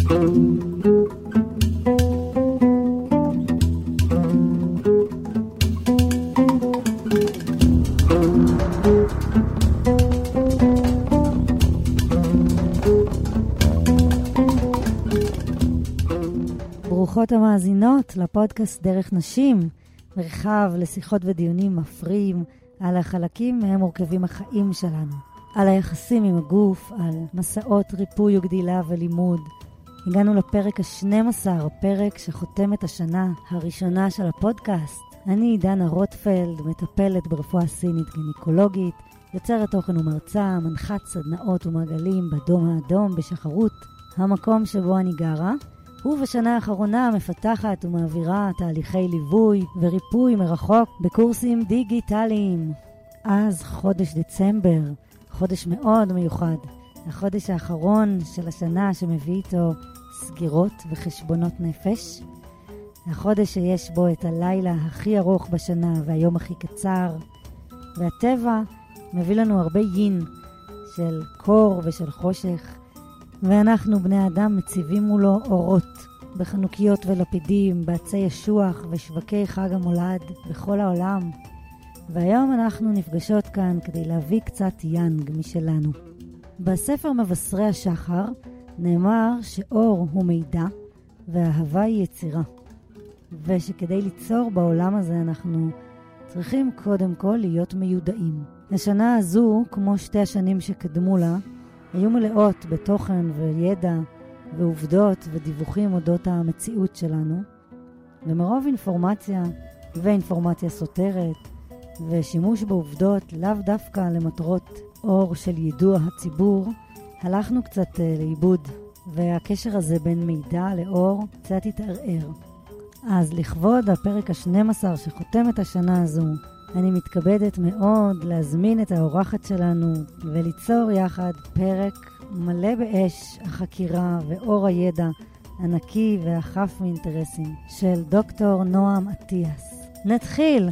ברוכות המאזינות לפודקאסט דרך נשים, מרחב לשיחות ודיונים מפרים על החלקים מהם מורכבים החיים שלנו, על היחסים עם הגוף, על מסעות ריפוי וגדילה ולימוד. הגענו לפרק ה-12, פרק שחותם את השנה הראשונה של הפודקאסט. אני דנה רוטפלד, מטפלת ברפואה סינית גינקולוגית, יוצרת תוכן ומרצה, מנחת סדנאות ומעגלים בדום האדום בשחרות, המקום שבו אני גרה. ובשנה האחרונה מפתחת ומעבירה תהליכי ליווי וריפוי מרחוק בקורסים דיגיטליים. אז חודש דצמבר, חודש מאוד מיוחד, החודש האחרון של השנה שמביא איתו סגירות וחשבונות נפש. החודש שיש בו את הלילה הכי ארוך בשנה והיום הכי קצר, והטבע מביא לנו הרבה יין של קור ושל חושך, ואנחנו בני אדם מציבים מולו אורות בחנוכיות ולפידים, בעצי ישוח ושווקי חג המולד בכל העולם. והיום אנחנו נפגשות כאן כדי להביא קצת יאנג משלנו. בספר מבשרי השחר נאמר שאור הוא מידע והאהבה היא יצירה, ושכדי ליצור בעולם הזה אנחנו צריכים קודם כל להיות מיודעים. השנה הזו, כמו שתי השנים שקדמו לה, היו מלאות בתוכן וידע ועובדות ודיווחים אודות המציאות שלנו, ומרוב אינפורמציה ואינפורמציה סותרת ושימוש בעובדות לאו דווקא למטרות אור של יידוע הציבור, הלכנו קצת לאיבוד, והקשר הזה בין מידע לאור קצת התערער. אז לכבוד הפרק ה-12 שחותם את השנה הזו, אני מתכבדת מאוד להזמין את האורחת שלנו וליצור יחד פרק מלא באש החקירה ואור הידע הנקי והחף מאינטרסים של דוקטור נועם אטיאס. נתחיל!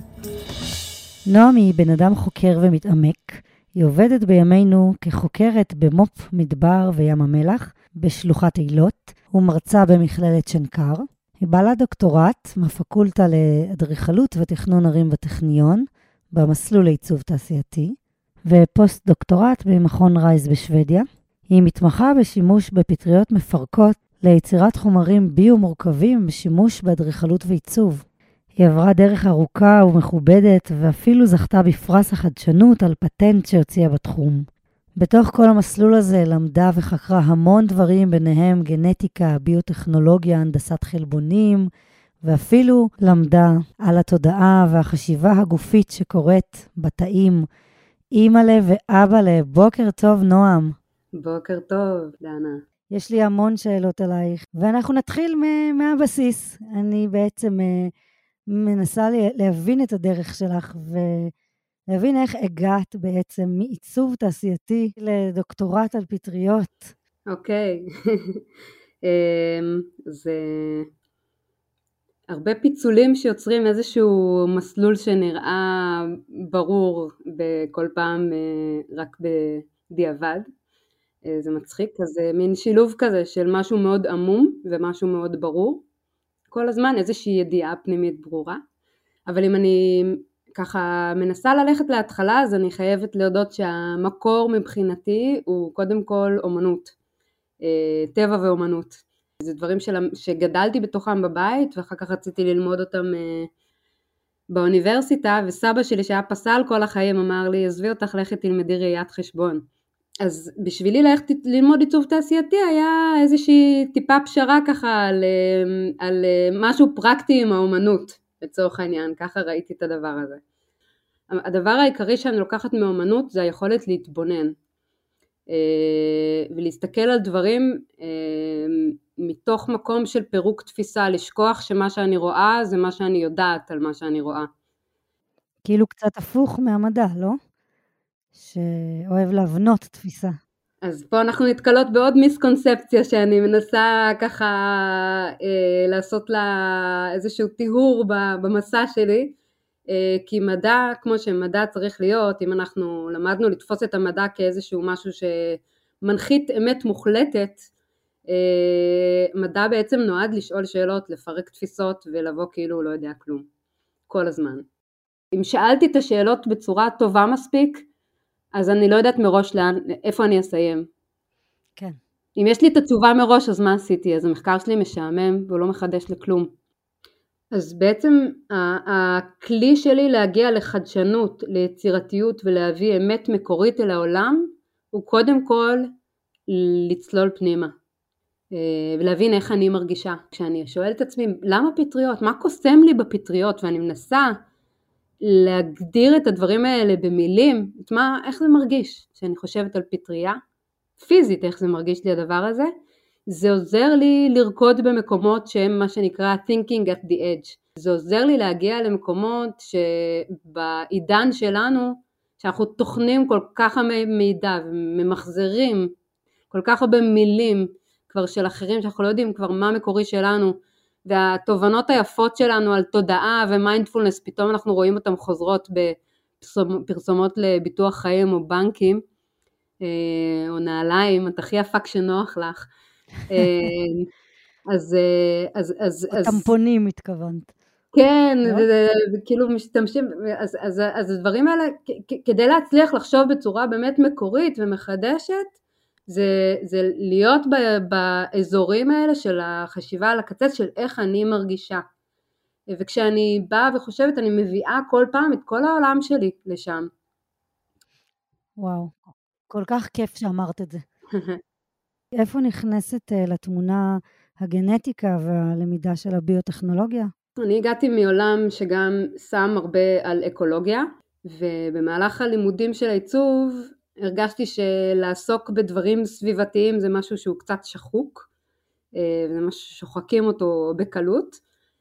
נועם היא בן אדם חוקר ומתעמק. היא עובדת בימינו כחוקרת במו"פ מדבר וים המלח בשלוחת אילות ומרצה במכללת שנקר. היא בעלת דוקטורט מהפקולטה לאדריכלות ותכנון ערים בטכניון במסלול לעיצוב תעשייתי, ופוסט דוקטורט במכון רייז בשוודיה. היא מתמחה בשימוש בפטריות מפרקות ליצירת חומרים ביומורכבים בשימוש באדריכלות ועיצוב. היא עברה דרך ארוכה ומכובדת ואפילו זכתה בפרס החדשנות על פטנט שהוציאה בתחום. בתוך כל המסלול הזה למדה וחקרה המון דברים, ביניהם גנטיקה, ביוטכנולוגיה, הנדסת חלבונים, ואפילו למדה על התודעה והחשיבה הגופית שקורית בתאים. אימא'לה ואבא'לה, בוקר טוב נועם. בוקר טוב, דנה. יש לי המון שאלות עלייך, ואנחנו נתחיל מהבסיס. אני בעצם מנסה להבין את הדרך שלך להבין איך הגעת בעצם מעיצוב תעשייתי לדוקטורט על פטריות. אוקיי. זה הרבה פיצולים שיוצרים איזשהו מסלול שנראה ברור בכל פעם רק בדיעבד. זה מצחיק, זה מין שילוב כזה של משהו מאוד עמום ומשהו מאוד ברור. כל הזמן איזושהי ידיעה פנימית ברורה. אבל אם אני ככה מנסה ללכת להתחלה, אז אני חייבת להודות שהמקור מבחינתי הוא קודם כל אומנות, טבע ואומנות. זה דברים שגדלתי בתוכם בבית, ואחר כך רציתי ללמוד אותם באוניברסיטה, וסבא שלי שהיה פסל כל החיים אמר לי, עזבי אותך, לכי תלמדי ראיית חשבון. אז בשבילי ללכת ללמוד עיצוב תעשייתי היה איזושהי טיפה פשרה ככה על משהו פרקטי עם האומנות. לצורך העניין, ככה ראיתי את הדבר הזה. הדבר העיקרי שאני לוקחת מאומנות זה היכולת להתבונן ולהסתכל על דברים מתוך מקום של פירוק תפיסה, לשכוח שמה שאני רואה זה מה שאני יודעת על מה שאני רואה. כאילו קצת הפוך מהמדע, לא? שאוהב להבנות תפיסה. אז פה אנחנו נתקלות בעוד מיסקונספציה שאני מנסה ככה לעשות לה איזשהו טיהור במסע שלי, כי מדע, כמו שמדע צריך להיות, אם אנחנו למדנו לתפוס את המדע כאיזשהו משהו שמנחית אמת מוחלטת, מדע בעצם נועד לשאול שאלות, לפרק תפיסות ולבוא כאילו לא יודע כלום, כל הזמן. אם שאלתי את השאלות בצורה טובה מספיק, אז אני לא יודעת מראש איפה אני אסיים. כן. אם יש לי את התשובה מראש, אז מה עשיתי? אז המחקר שלי משעמם והוא לא מחדש לכלום. אז בעצם הכלי שלי להגיע לחדשנות, ליצירתיות ולהביא אמת מקורית אל העולם, הוא קודם כל לצלול פנימה. ולהבין איך אני מרגישה. כשאני שואלת את עצמי, למה פטריות? מה קוסם לי בפטריות? ואני מנסה להגדיר את הדברים האלה במילים, איך זה מרגיש כשאני חושבת על פטריה, פיזית איך זה מרגיש לי הדבר הזה, זה עוזר לי לרקוד במקומות שהם מה שנקרא thinking at the edge, זה עוזר לי להגיע למקומות שבעידן שלנו, שאנחנו תוכנים כל כך הרבה מידע וממחזרים כל כך הרבה מילים כבר של אחרים שאנחנו לא יודעים כבר מה מקורי שלנו, והתובנות היפות שלנו על תודעה ומיינדפולנס, פתאום אנחנו רואים אותם חוזרות בפרסומות לביטוח חיים או בנקים, או נעליים, את הכי יפה כשנוח לך. אז טמפונים התכוונת. כן, וכאילו משתמשים, אז הדברים האלה, כדי להצליח לחשוב בצורה באמת מקורית ומחדשת, זה להיות באזורים האלה של החשיבה על הקצה של איך אני מרגישה. וכשאני באה וחושבת, אני מביאה כל פעם את כל העולם שלי לשם. וואו, כל כך כיף שאמרת את זה. איפה נכנסת לתמונה הגנטיקה והלמידה של הביוטכנולוגיה? אני הגעתי מעולם שגם שם הרבה על אקולוגיה, ובמהלך הלימודים של העיצוב הרגשתי שלעסוק בדברים סביבתיים זה משהו שהוא קצת שחוק, וזה משהו ששוחקים אותו בקלות,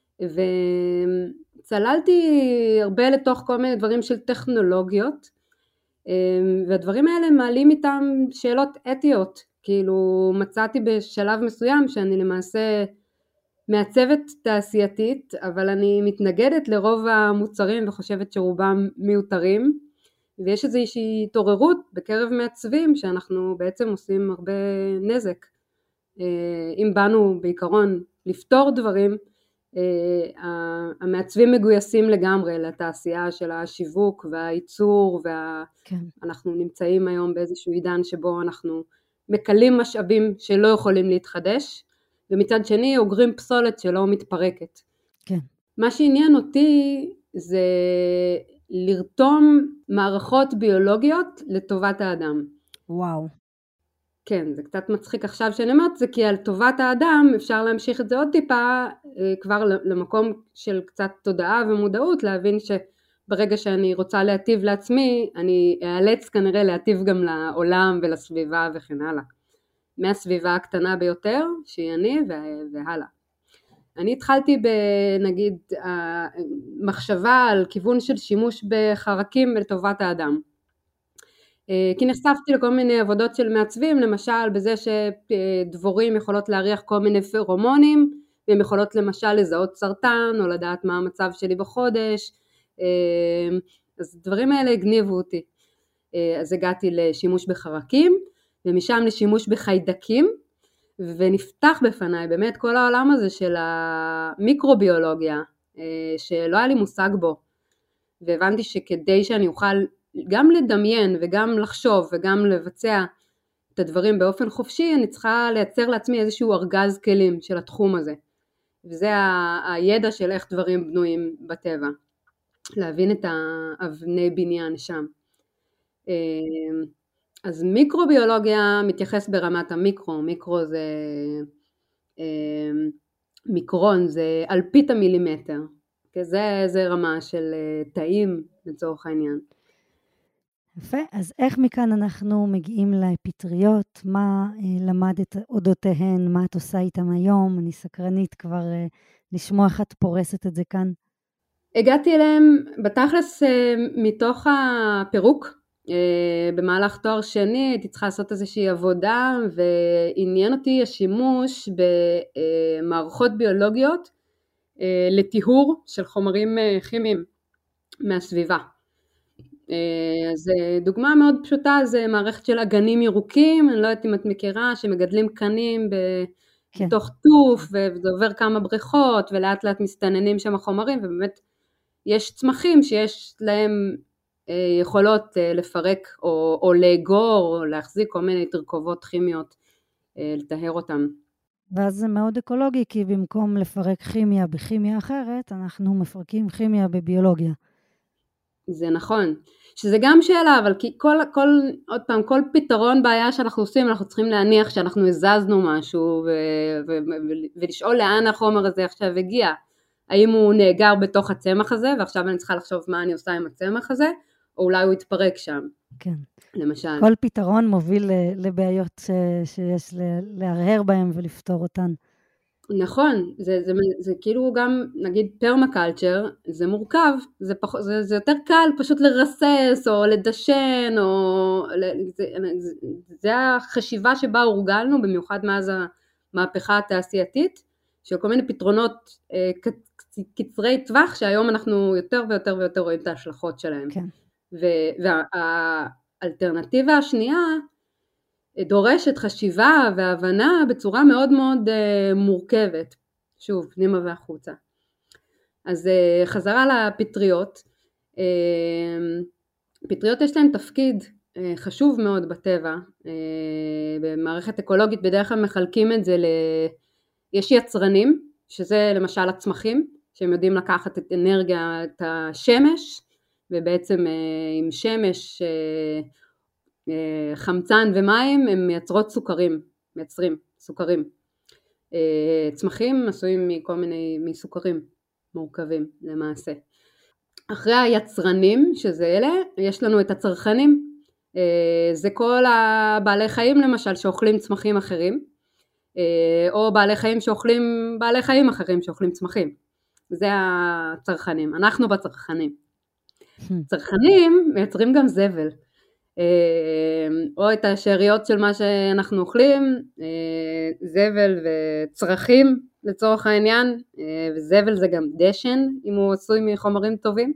וצללתי הרבה לתוך כל מיני דברים של טכנולוגיות, והדברים האלה מעלים איתם שאלות אתיות, כאילו מצאתי בשלב מסוים שאני למעשה מעצבת תעשייתית, אבל אני מתנגדת לרוב המוצרים וחושבת שרובם מיותרים, ויש איזושהי התעוררות בקרב מעצבים שאנחנו בעצם עושים הרבה נזק. אם באנו בעיקרון לפתור דברים, המעצבים מגויסים לגמרי לתעשייה של השיווק והייצור, ואנחנו נמצאים היום באיזשהו עידן שבו אנחנו מקלים משאבים שלא יכולים להתחדש, ומצד שני אוגרים פסולת שלא מתפרקת. כן. מה שעניין אותי זה לרתום מערכות ביולוגיות לטובת האדם. וואו. כן, זה קצת מצחיק עכשיו שאני אומרת זה, כי על טובת האדם אפשר להמשיך את זה עוד טיפה, כבר למקום של קצת תודעה ומודעות, להבין שברגע שאני רוצה להטיב לעצמי, אני אאלץ כנראה להטיב גם לעולם ולסביבה וכן הלאה. מהסביבה הקטנה ביותר, שהיא אני והלאה. אני התחלתי בנגיד מחשבה על כיוון של שימוש בחרקים לטובת האדם. כי נחשפתי לכל מיני עבודות של מעצבים, למשל בזה שדבורים יכולות להריח כל מיני פרומונים, והן יכולות למשל לזהות סרטן, או לדעת מה המצב שלי בחודש, אז הדברים האלה הגניבו אותי. אז הגעתי לשימוש בחרקים, ומשם לשימוש בחיידקים, ונפתח בפניי באמת כל העולם הזה של המיקרוביולוגיה, שלא היה לי מושג בו, והבנתי שכדי שאני אוכל גם לדמיין וגם לחשוב וגם לבצע את הדברים באופן חופשי, אני צריכה לייצר לעצמי איזשהו ארגז כלים של התחום הזה, וזה הידע של איך דברים בנויים בטבע, להבין את האבני בניין שם. אז מיקרוביולוגיה מתייחס ברמת המיקרו, מיקרו זה מיקרון, זה אלפית המילימטר, זה רמה של תאים לצורך העניין. יפה, אז איך מכאן אנחנו מגיעים לפטריות, מה למדת אודותיהן, מה את עושה איתם היום, אני סקרנית כבר לשמוע איך את פורסת את זה כאן. הגעתי אליהם בתכלס מתוך הפירוק, במהלך תואר שני הייתי צריכה לעשות איזושהי עבודה, ועניין אותי השימוש במערכות ביולוגיות לטיהור של חומרים כימיים מהסביבה. אז דוגמה מאוד פשוטה זה מערכת של אגנים ירוקים, אני לא יודעת אם את מכירה, שמגדלים קנים כן. בתוך טוף, וזה עובר כמה בריכות, ולאט לאט מסתננים שם החומרים, ובאמת יש צמחים שיש להם יכולות לפרק או לאגור, או להחזיק כל מיני תרכובות כימיות, לטהר אותם. ואז זה מאוד אקולוגי, כי במקום לפרק כימיה בכימיה אחרת, אנחנו מפרקים כימיה בביולוגיה. זה נכון, שזה גם שאלה, אבל עוד פעם, כל פתרון בעיה שאנחנו עושים, אנחנו צריכים להניח שאנחנו הזזנו משהו, ולשאול לאן החומר הזה עכשיו הגיע, האם הוא נאגר בתוך הצמח הזה, ועכשיו אני צריכה לחשוב מה אני עושה עם הצמח הזה, או אולי הוא יתפרק שם, כן. למשל. כל פתרון מוביל לבעיות שיש להרהר בהם ולפתור אותן. נכון, זה כאילו גם, נגיד פרמקלצ'ר, זה מורכב, זה יותר קל פשוט לרסס או לדשן, זה החשיבה שבה הורגלנו, במיוחד מאז המהפכה התעשייתית, של כל מיני פתרונות קצרי טווח, שהיום אנחנו יותר ויותר ויותר רואים את ההשלכות שלהם. כן. והאלטרנטיבה השנייה, דורשת חשיבה והבנה בצורה מאוד מאוד מורכבת, שוב, פנימה והחוצה. אז חזרה לפטריות, פטריות יש להן תפקיד חשוב מאוד בטבע, במערכת אקולוגית בדרך כלל מחלקים את זה יש יצרנים, שזה למשל הצמחים, שהם יודעים לקחת את אנרגיה, את השמש, ובעצם עם שמש, חמצן ומים הם מייצרים סוכרים. צמחים עשויים מכל מיני מסוכרים מורכבים למעשה. אחרי היצרנים, שזה אלה, יש לנו את הצרכנים, זה כל הבעלי חיים למשל שאוכלים צמחים אחרים, או בעלי חיים שאוכלים בעלי חיים אחרים שאוכלים צמחים. זה הצרכנים, אנחנו בצרכנים. צרכנים מייצרים גם זבל. או את השאריות של מה שאנחנו אוכלים, זבל וצרכים לצורך העניין, וזבל זה גם דשן אם הוא עשוי מחומרים טובים,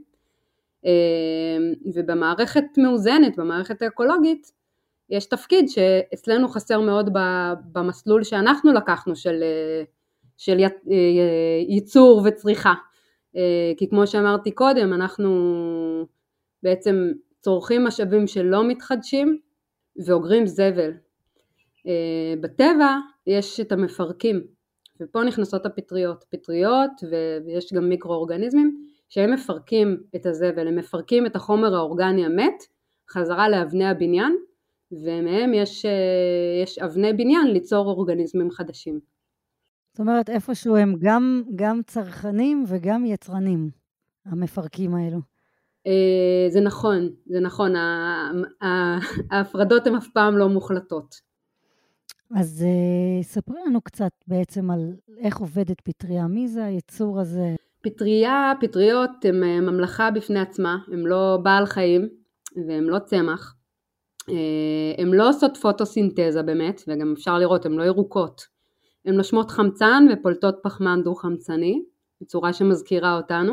ובמערכת מאוזנת, במערכת האקולוגית, יש תפקיד שאצלנו חסר מאוד במסלול שאנחנו לקחנו של ייצור וצריכה, כי כמו שאמרתי קודם, אנחנו בעצם צורכים משאבים שלא מתחדשים ואוגרים זבל. בטבע יש את המפרקים, ופה נכנסות פטריות ויש גם מיקרואורגניזמים שהם מפרקים את הזבל, הם מפרקים את החומר האורגני המת חזרה לאבני הבניין, ומהם יש אבני בניין ליצור אורגניזמים חדשים. זאת אומרת, איפשהו הם גם צרכנים וגם יצרנים, המפרקים האלו. זה נכון, ההפרדות הן אף פעם לא מוחלטות. אז ספרי לנו קצת בעצם על איך עובדת פטריה, מי זה היצור הזה? פטריות הן ממלכה בפני עצמה, הן לא בעל חיים והן לא צמח, הן לא עושות פוטוסינתזה באמת, וגם אפשר לראות, הן לא ירוקות, הן נושמות חמצן ופולטות פחמן דו-חמצני, בצורה שמזכירה אותנו,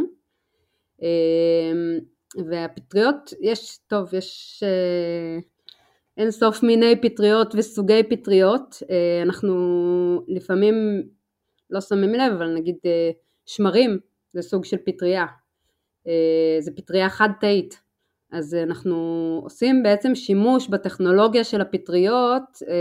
והפטריות, יש אין סוף מיני פטריות וסוגי פטריות, אנחנו לפעמים לא שמים לב, אבל נגיד שמרים זה סוג של פטריה, זה פטריה חד תאית, אז אנחנו עושים בעצם שימוש בטכנולוגיה של הפטריות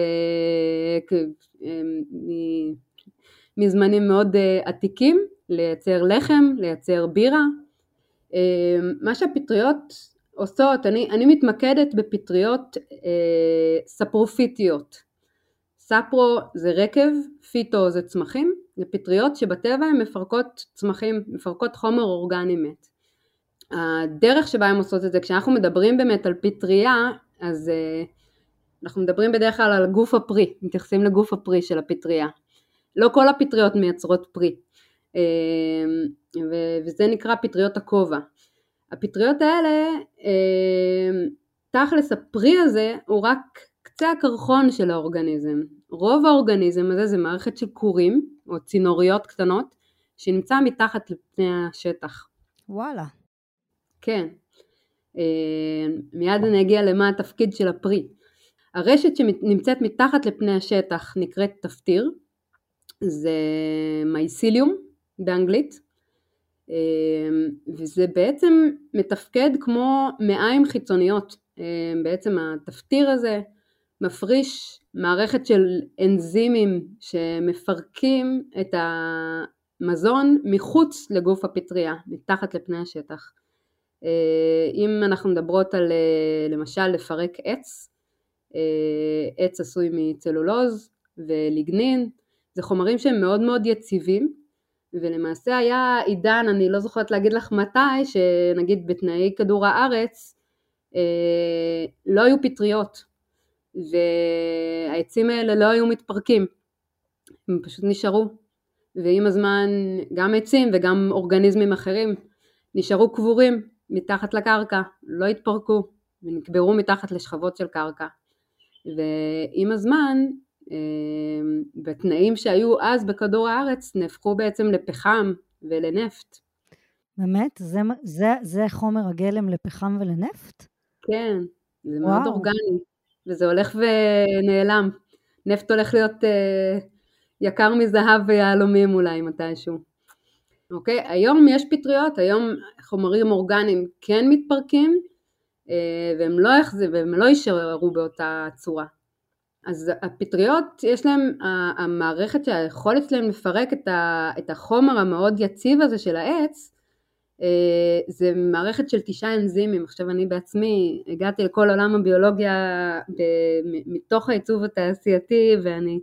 מזמנים מאוד עתיקים, לייצר לחם, לייצר בירה. מה שהפטריות עושות, אני מתמקדת בפטריות ספרופיטיות. ספרו זה רקב, פיטו זה צמחים, זה פטריות שבטבע הן מפרקות צמחים, מפרקות חומר אורגני מת. הדרך שבה הן עושות את זה, כשאנחנו מדברים באמת על פטריה, אז אנחנו מדברים בדרך כלל על גוף הפרי, מתייחסים לגוף הפרי של הפטריה. לא כל הפטריות מייצרות פרי, וזה נקרא פטריות הכובע. הפטריות האלה, תכלס הפרי הזה הוא רק קצה הקרחון של האורגניזם. רוב האורגניזם הזה זה מערכת של קורים או צינוריות קטנות שנמצא מתחת לפני השטח. וואלה. כן. מיד אני אגיע למה התפקיד של הפרי. הרשת שנמצאת מתחת לפני השטח נקראת תפטיר, זה מייסיליום באנגלית, וזה בעצם מתפקד כמו מעיים חיצוניות. בעצם התפטיר הזה מפריש מערכת של אנזימים שמפרקים את המזון מחוץ לגוף הפטריה, מתחת לפני השטח. אם אנחנו מדברות על למשל לפרק עץ, עץ עשוי מצלולוז וליגנין, זה חומרים שהם מאוד מאוד יציבים, ולמעשה היה עידן, אני לא זוכרת להגיד לך מתי, שנגיד בתנאי כדור הארץ לא היו פטריות, והעצים האלה לא היו מתפרקים, הם פשוט נשארו, ועם הזמן גם עצים וגם אורגניזמים אחרים נשארו קבורים מתחת לקרקע, לא התפרקו ונקברו מתחת לשכבות של קרקע, ועם הזמן בתנאים שהיו אז בכדור הארץ נהפכו בעצם לפחם ולנפט. באמת? זה חומר הגלם לפחם ולנפט? כן, זה מאוד אורגני, וזה הולך ונעלם. נפט הולך להיות יקר מזהב ויהלומים אולי מתישהו. אוקיי, היום יש פטריות, היום חומרים אורגניים כן מתפרקים, והם לא יישארו באותה צורה. אז הפטריות יש להם, המערכת שהיכולת שלהם לפרק את החומר המאוד יציב הזה של העץ, זה מערכת של 9 אנזימים. עכשיו אני בעצמי הגעתי לכל עולם הביולוגיה מתוך העיצוב התעשייתי, ואני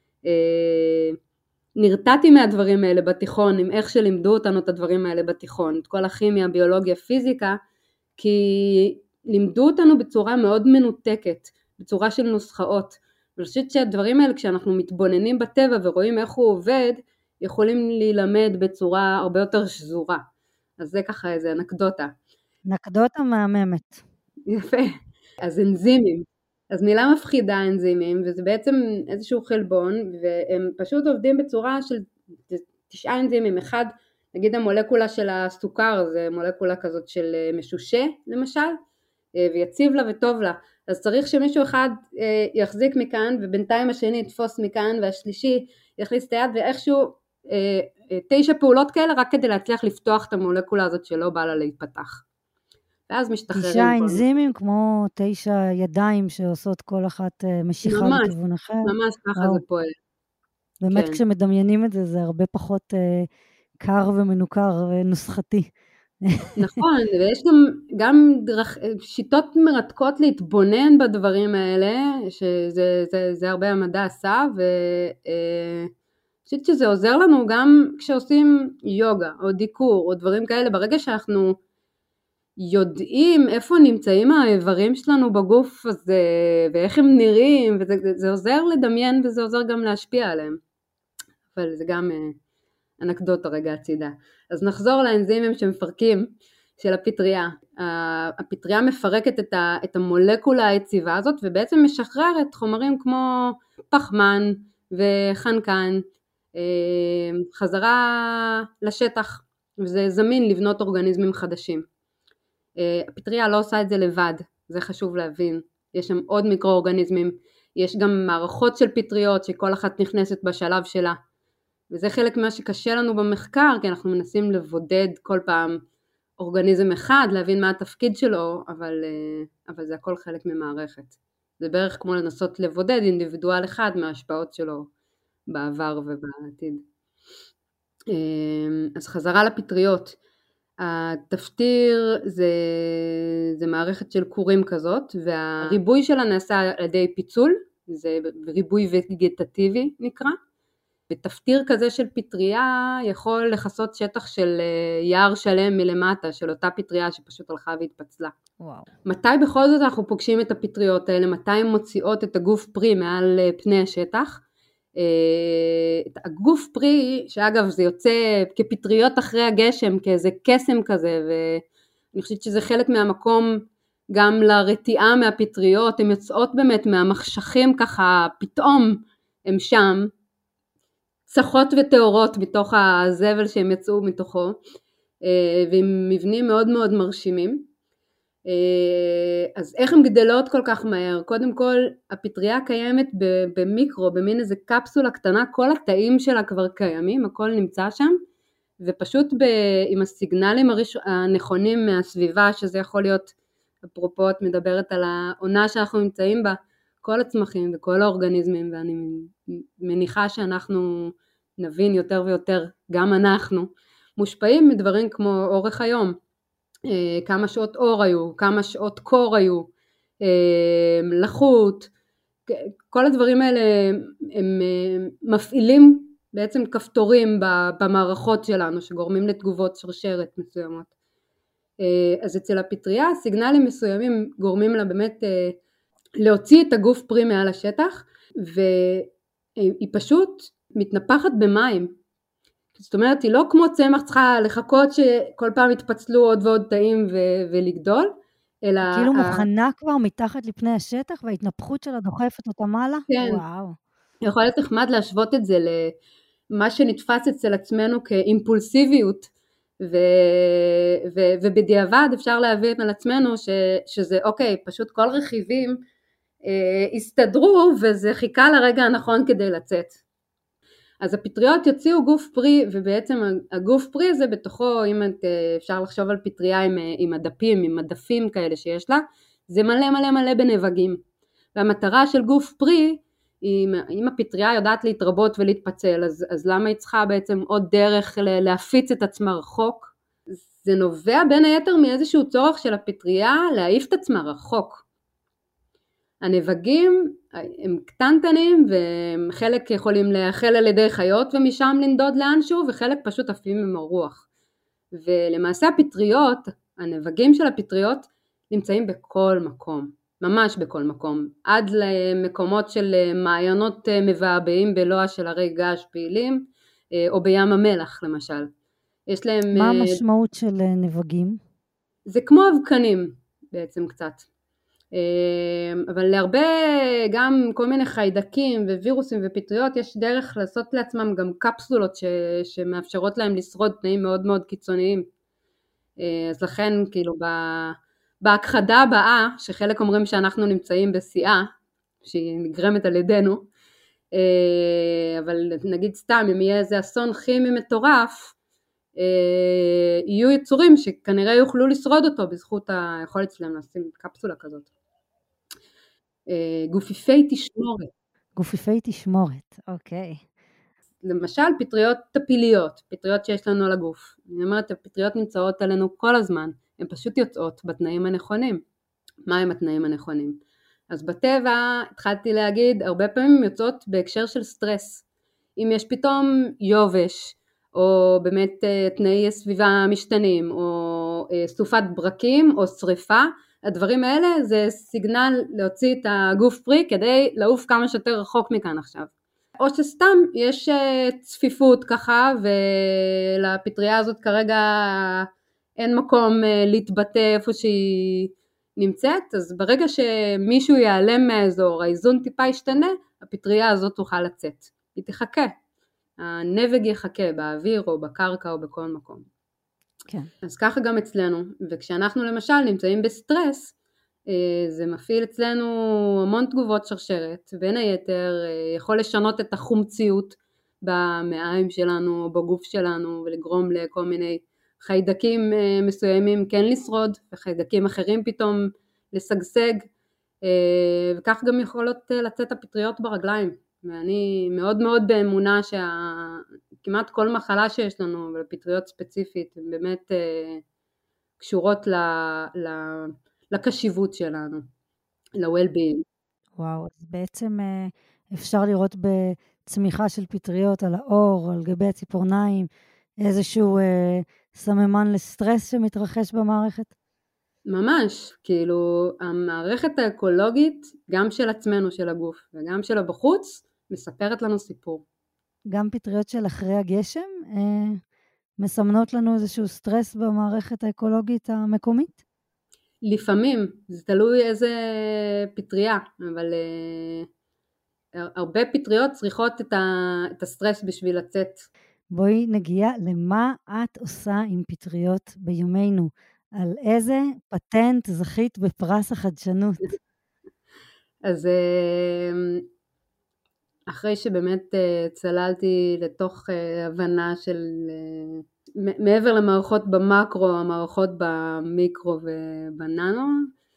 נרתעתי מהדברים האלה בתיכון, עם איך שלימדו אותנו את הדברים האלה בתיכון, את כל הכימיה, ביולוגיה, פיזיקה, כי לימדו אותנו בצורה מאוד מנותקת, בצורה של נוסחאות, ואני חושבת שהדברים האלה כשאנחנו מתבוננים בטבע ורואים איך הוא עובד, יכולים להילמד בצורה הרבה יותר שזורה. אז זה ככה איזה אנקדוטה. אנקדוטה מהממת. יפה. אז אנזימים. אז מילה מפחידה אנזימים, וזה בעצם איזשהו חלבון, והם פשוט עובדים בצורה של 9 אנזימים. אחד, נגיד המולקולה של הסוכר, זה מולקולה כזאת של משושה למשל, ויציב לה וטוב לה. אז צריך שמישהו אחד יחזיק מכאן, ובינתיים השני יתפוס מכאן, והשלישי יכניס את היד, ואיכשהו 9 פעולות כאלה, רק כדי להצליח לפתוח את המולקולה הזאת שלא בא לה להתפתח. ואז משתחררים. 9 אנזימים כמו 9 ידיים שעושות כל אחת משיכה לכיוון אחר. ממש ככה זה פועל. באמת כשמדמיינים את זה, זה הרבה פחות קר ומנוכר ונוסחתי. נכון, ויש גם שיטות מרתקות להתבונן בדברים האלה, שזה הרבה המדע עשה, ואני חושבת שזה עוזר לנו גם כשעושים יוגה או דיקור או דברים כאלה, ברגע שאנחנו יודעים איפה נמצאים האיברים שלנו בגוף הזה, ואיך הם נראים, וזה עוזר לדמיין וזה עוזר גם להשפיע עליהם, אבל זה גם אנקדוטה רגע הצידה. אז נחזור לאנזימים שמפרקים של הפטריה. הפטריה מפרקת את המולקולה היציבה הזאת, ובעצם משחררת חומרים כמו פחמן וחנקן, חזרה לשטח, וזה זמין לבנות אורגניזמים חדשים. הפטריה לא עושה את זה לבד, זה חשוב להבין. יש שם עוד מיקרואורגניזמים, יש גם מערכות של פטריות שכל אחת נכנסת בשלב שלה, וזה חלק מה שקשה לנו במחקר, כי אנחנו מנסים לבודד כל פעם אורגניזם אחד, להבין מה התפקיד שלו, אבל זה הכל חלק ממערכת. זה בערך כמו לנסות לבודד אינדיבידואל אחד מההשפעות שלו בעבר ובעתיד. אז חזרה לפטריות. התפטיר זה מערכת של קורים כזאת, והריבוי שלה נעשה על ידי פיצול, זה ריבוי וגטטיבי נקרא, ותפטיר כזה של פטריה יכול לחסות שטח של יער שלם מלמטה, של אותה פטריה שפשוט הלכה והתפצלה. וואו. מתי בכל זאת אנחנו פוגשים את הפטריות האלה, מתי הן מוציאות את הגוף פרי מעל פני השטח? הגוף פרי, שאגב זה יוצא כפטריות אחרי הגשם, כאיזה קסם כזה, ואני חושבת שזה חלק מהמקום גם לרתיעה מהפטריות, הן יוצאות באמת מהמחשכים ככה, פתאום הם שם, צחות וטהורות מתוך הזבל שהם יצאו מתוכו, ועם מבנים מאוד מאוד מרשימים, אז איך הן גדלות כל כך מהר? קודם כל, הפטריה קיימת במיקרו, במין איזה קפסולה קטנה, כל התאים שלה כבר קיימים, הכל נמצא שם, ופשוט עם הסיגנלים הנכונים מהסביבה, שזה יכול להיות, אפרופו את מדברת על העונה שאנחנו נמצאים בה, כל הצמחים וכל האורגניזמים, ואני מניחה שאנחנו נבין יותר ויותר, גם אנחנו, מושפעים מדברים כמו אורך היום, כמה שעות אור היו, כמה שעות קור היו, לחות, כל הדברים האלה הם מפעילים בעצם כפתורים במערכות שלנו שגורמים לתגובות שרשרת מסוימות. אז אצל הפטריה סיגנלים מסוימים גורמים לה באמת להוציא את הגוף פרי מעל השטח, והיא פשוט מתנפחת במים. זאת אומרת, היא לא כמו צמח צריכה לחכות שכל פעם יתפצלו עוד ועוד תאים ולגדול, אלא... כאילו מוכנה כבר מתחת לפני השטח, וההתנפחות שלה דוחפת אותה מעלה? כן. וואו. יכול להיות נחמד להשוות את זה למה שנתפס אצל עצמנו כאימפולסיביות, ובדיעבד אפשר להבין על עצמנו שזה אוקיי, פשוט כל רכיבים הסתדרו, וזה חיכה לרגע הנכון כדי לצאת. אז הפטריות יוציאו גוף פרי, ובעצם הגוף פרי הזה בתוכו, אם אפשר לחשוב על פטריה עם הדפים, עם מדפים כאלה שיש לה, זה מלא מלא מלא בנבגים. והמטרה של גוף פרי, אם הפטריה יודעת להתרבות ולהתפצל, אז למה היא צריכה בעצם עוד דרך להפיץ את עצמה רחוק? זה נובע בין היתר מאיזשהו צורך של הפטריה להעיף את עצמה רחוק. הנבגים הם קטנטנים, וחלק יכולים להאכל על ידי חיות ומשם לנדוד לאנשהו, וחלק פשוט עפים עם הרוח. ולמעשה הפטריות, הנבגים של הפטריות, נמצאים בכל מקום, ממש בכל מקום, עד למקומות של מעיינות מבעבעים בלוע של הרי געש פעילים, או בים המלח למשל. יש להם... מה המשמעות של נבגים? זה כמו אבקנים בעצם קצת. אבל להרבה גם כל מיני חיידקים ווירוסים ופטריות יש דרך לעשות לעצמם גם קפסולות שמאפשרות להם לשרוד תנאים מאוד מאוד קיצוניים. אז לכן כאילו בהכחדה הבאה, שחלק אומרים שאנחנו נמצאים בשיאה שהיא נגרמת על ידינו, אבל נגיד סתם אם יהיה איזה אסון כימי מטורף, יהיו יצורים שכנראה יוכלו לשרוד אותו בזכות היכולת שלהם לשים קפסולה כזאת. גופיפי תשמורת. גופיפי תשמורת, אוקיי. למשל פטריות טפיליות, פטריות שיש לנו על הגוף. אני אומרת, הפטריות נמצאות עלינו כל הזמן, הן פשוט יוצאות בתנאים הנכונים. מה הם התנאים הנכונים? אז בטבע התחלתי להגיד, הרבה פעמים יוצאות בהקשר של סטרס. אם יש פתאום יובש, או באמת תנאי סביבה משתנים, או סופת ברקים, או שריפה, הדברים האלה זה סיגנל להוציא את הגוף פרי, כדי לעוף כמה שיותר רחוק מכאן עכשיו. או שסתם יש צפיפות ככה, ולפטריה הזאת כרגע אין מקום להתבטא איפה שהיא נמצאת, אז ברגע שמישהו ייעלם מהאזור, האיזון טיפה ישתנה, הפטריה הזאת תוכל לצאת, היא תחכה. הנבג יחכה באוויר או בקרקע או בכל מקום. כן. אז ככה גם אצלנו, וכשאנחנו למשל נמצאים בסטרס, זה מפעיל אצלנו המון תגובות שרשרת, בין היתר יכול לשנות את החומציות במעיים שלנו, בגוף שלנו, ולגרום לכל מיני חיידקים מסוימים כן לשרוד, וחיידקים אחרים פתאום לשגשג, וכך גם יכולות לצאת הפטריות ברגליים. ואני מאוד מאוד באמונה שכמעט כל מחלה שיש לנו, ולפטריות ספציפית, הן באמת קשורות לקשיבות שלנו, ל-well-being. וואו, אז בעצם אפשר לראות בצמיחה של פטריות על האור, על גבי הציפורניים, איזשהו סממן לסטרס שמתרחש במערכת? ממש, כאילו המערכת האקולוגית, גם של עצמנו, של הגוף, וגם של הבחוץ, מספרת לנו סיפור. גם פטריות של אחרי הגשם מסמנות לנו איזשהו סטרס במערכת האקולוגית המקומית? לפעמים, זה תלוי איזה פטריה, אבל הרבה פטריות צריכות את הסטרס בשביל לצאת. בואי נגיע למה את עושה עם פטריות בימינו. על איזה פטנט זכית בפרס החדשנות? אז אחרי שבאמת צללתי לתוך הבנה של מעבר למערכות במקרו, המערכות במיקרו ובננו,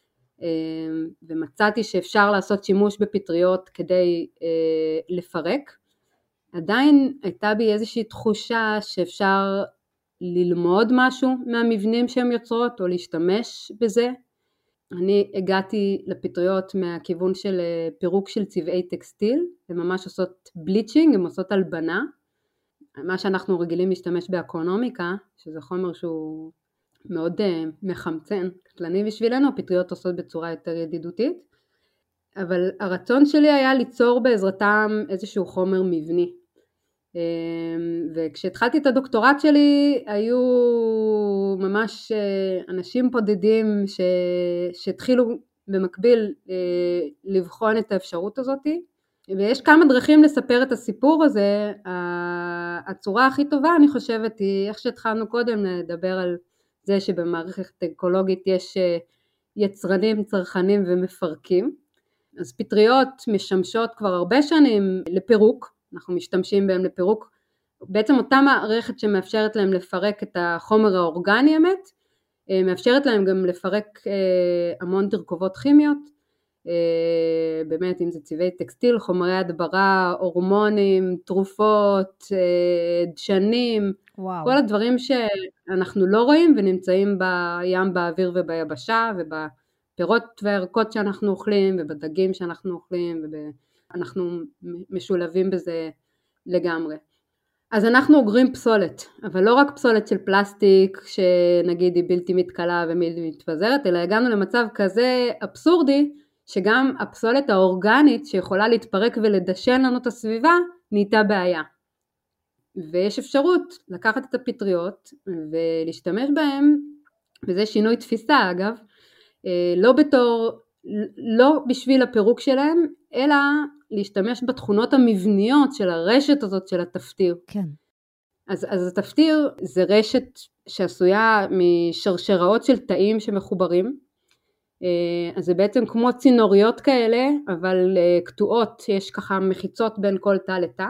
ומצאתי שאפשר לעשות שימוש בפטריות כדי לפרק, עדיין הייתה בי איזושהי תחושה שאפשר ללמוד משהו מהמבנים שהן יוצרות או להשתמש בזה. אני הגעתי לפטריות מהכיוון של פירוק של צבעי טקסטיל, הן ממש עושות בליצ'ינג, הן עושות הלבנה, מה שאנחנו רגילים להשתמש באקונומיקה, שזה חומר שהוא מאוד מחמצן, קטלני בשבילנו, הפטריות עושות בצורה יותר ידידותית, אבל הרצון שלי היה ליצור בעזרתם איזשהו חומר מבני. וכשהתחלתי את הדוקטורט שלי היו ממש אנשים בודדים שהתחילו במקביל לבחון את האפשרות הזאת, ויש כמה דרכים לספר את הסיפור הזה. הצורה הכי טובה אני חושבת היא איך שהתחלנו קודם לדבר על זה שבמערכת אקולוגית יש יצרנים, צרכנים ומפרקים. אז פטריות משמשות כבר הרבה שנים לפירוק, אנחנו משתמשים בהם לפירוק, בעצם אותה מערכת שמאפשרת להם לפרק את החומר האורגני אמת, מאפשרת להם גם לפרק המון תרכובות כימיות, באמת אם זה צבעי טקסטיל, חומרי הדברה, הורמונים, תרופות, דשנים, וואו. כל הדברים שאנחנו לא רואים ונמצאים בים, באוויר וביבשה ובפירות והירקות שאנחנו אוכלים ובדגים שאנחנו אוכלים, ואנחנו משולבים בזה לגמרי. אז אנחנו אוגרים פסולת, אבל לא רק פסולת של פלסטיק שנגיד היא בלתי מתכלה ובלתי מתפזרת, אלא הגענו למצב כזה אבסורדי שגם הפסולת האורגנית שיכולה להתפרק ולדשן לנו את הסביבה נהייתה בעיה. ויש אפשרות לקחת את הפטריות ולהשתמש בהם, וזה שינוי תפיסה אגב, לא בשביל הפירוק שלהם, אלא להשתמש בתכונות המבניות של הרשת הזאת של התפטיר. כן. אז התפטיר זה רשת שעשויה משרשראות של תאים שמחוברים, אז זה בעצם כמו צינוריות כאלה, אבל קטועות, יש ככה מחיצות בין כל תא לתא,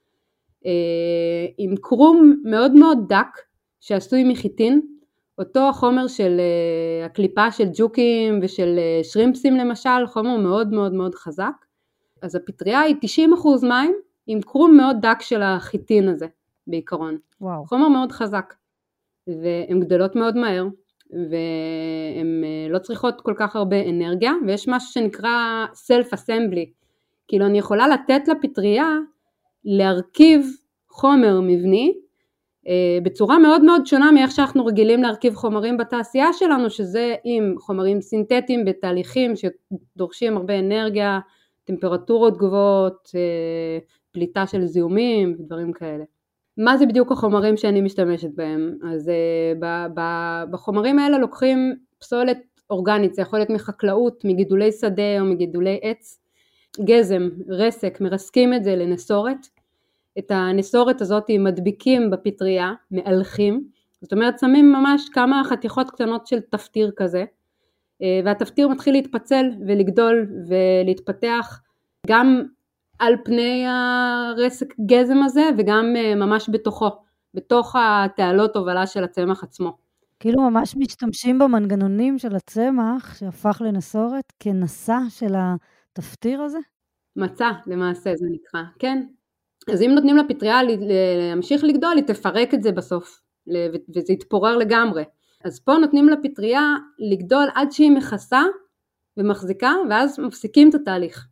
עם קרום מאוד מאוד דק שעשוי מחיטין, אותו החומר של הקליפה של ג'וקים ושל שרימפסים למשל, חומר מאוד מאוד מאוד חזק. אז הפטריה היא 90% מים עם קרום מאוד דק של החיטין הזה בעיקרון. וואו. חומר מאוד חזק, והן גדלות מאוד מהר, והן לא צריכות כל כך הרבה אנרגיה, ויש משהו שנקרא self-assembly, כאילו אני יכולה לתת לפטריה להרכיב חומר מבני, בצורה מאוד מאוד שונה מאיך שאנחנו רגילים להרכיב חומרים בתעשייה שלנו, שזה עם חומרים סינתטיים בתהליכים שדורשים הרבה אנרגיה, טמפרטורות גבוהות, פליטה של זיהומים ודברים כאלה. מה זה בדיוק החומרים שאני משתמשת בהם? אז בחומרים האלה לוקחים פסולת אורגנית, זה יכול להיות מחקלאות, מגידולי שדה או מגידולי עץ, גזם, רסק, מרסקים את זה לנסורת, את הנסורת הזאת מדביקים בפטריה, מאלחים, זאת אומרת שמים ממש כמה חתיכות קטנות של תפטיר כזה, והתפטיר מתחיל להתפצל ולגדול ולהתפתח גם על פני הרסק גזם הזה וגם ממש בתוך התעלות הובלה של הצמח עצמו. כאילו ממש משתמשים במנגנונים של הצמח שהפך לנסורת כנסה של התפטיר הזה? מצע למעשה זה נקרא, כן. אז אם נותנים לפטריה להמשיך לגדול, היא תפרק את זה בסוף וזה יתפורר לגמרי. אז פה נותנים לפטריה לגדול עד שהיא מכסה ומחזיקה, ואז מפסיקים את התהליך.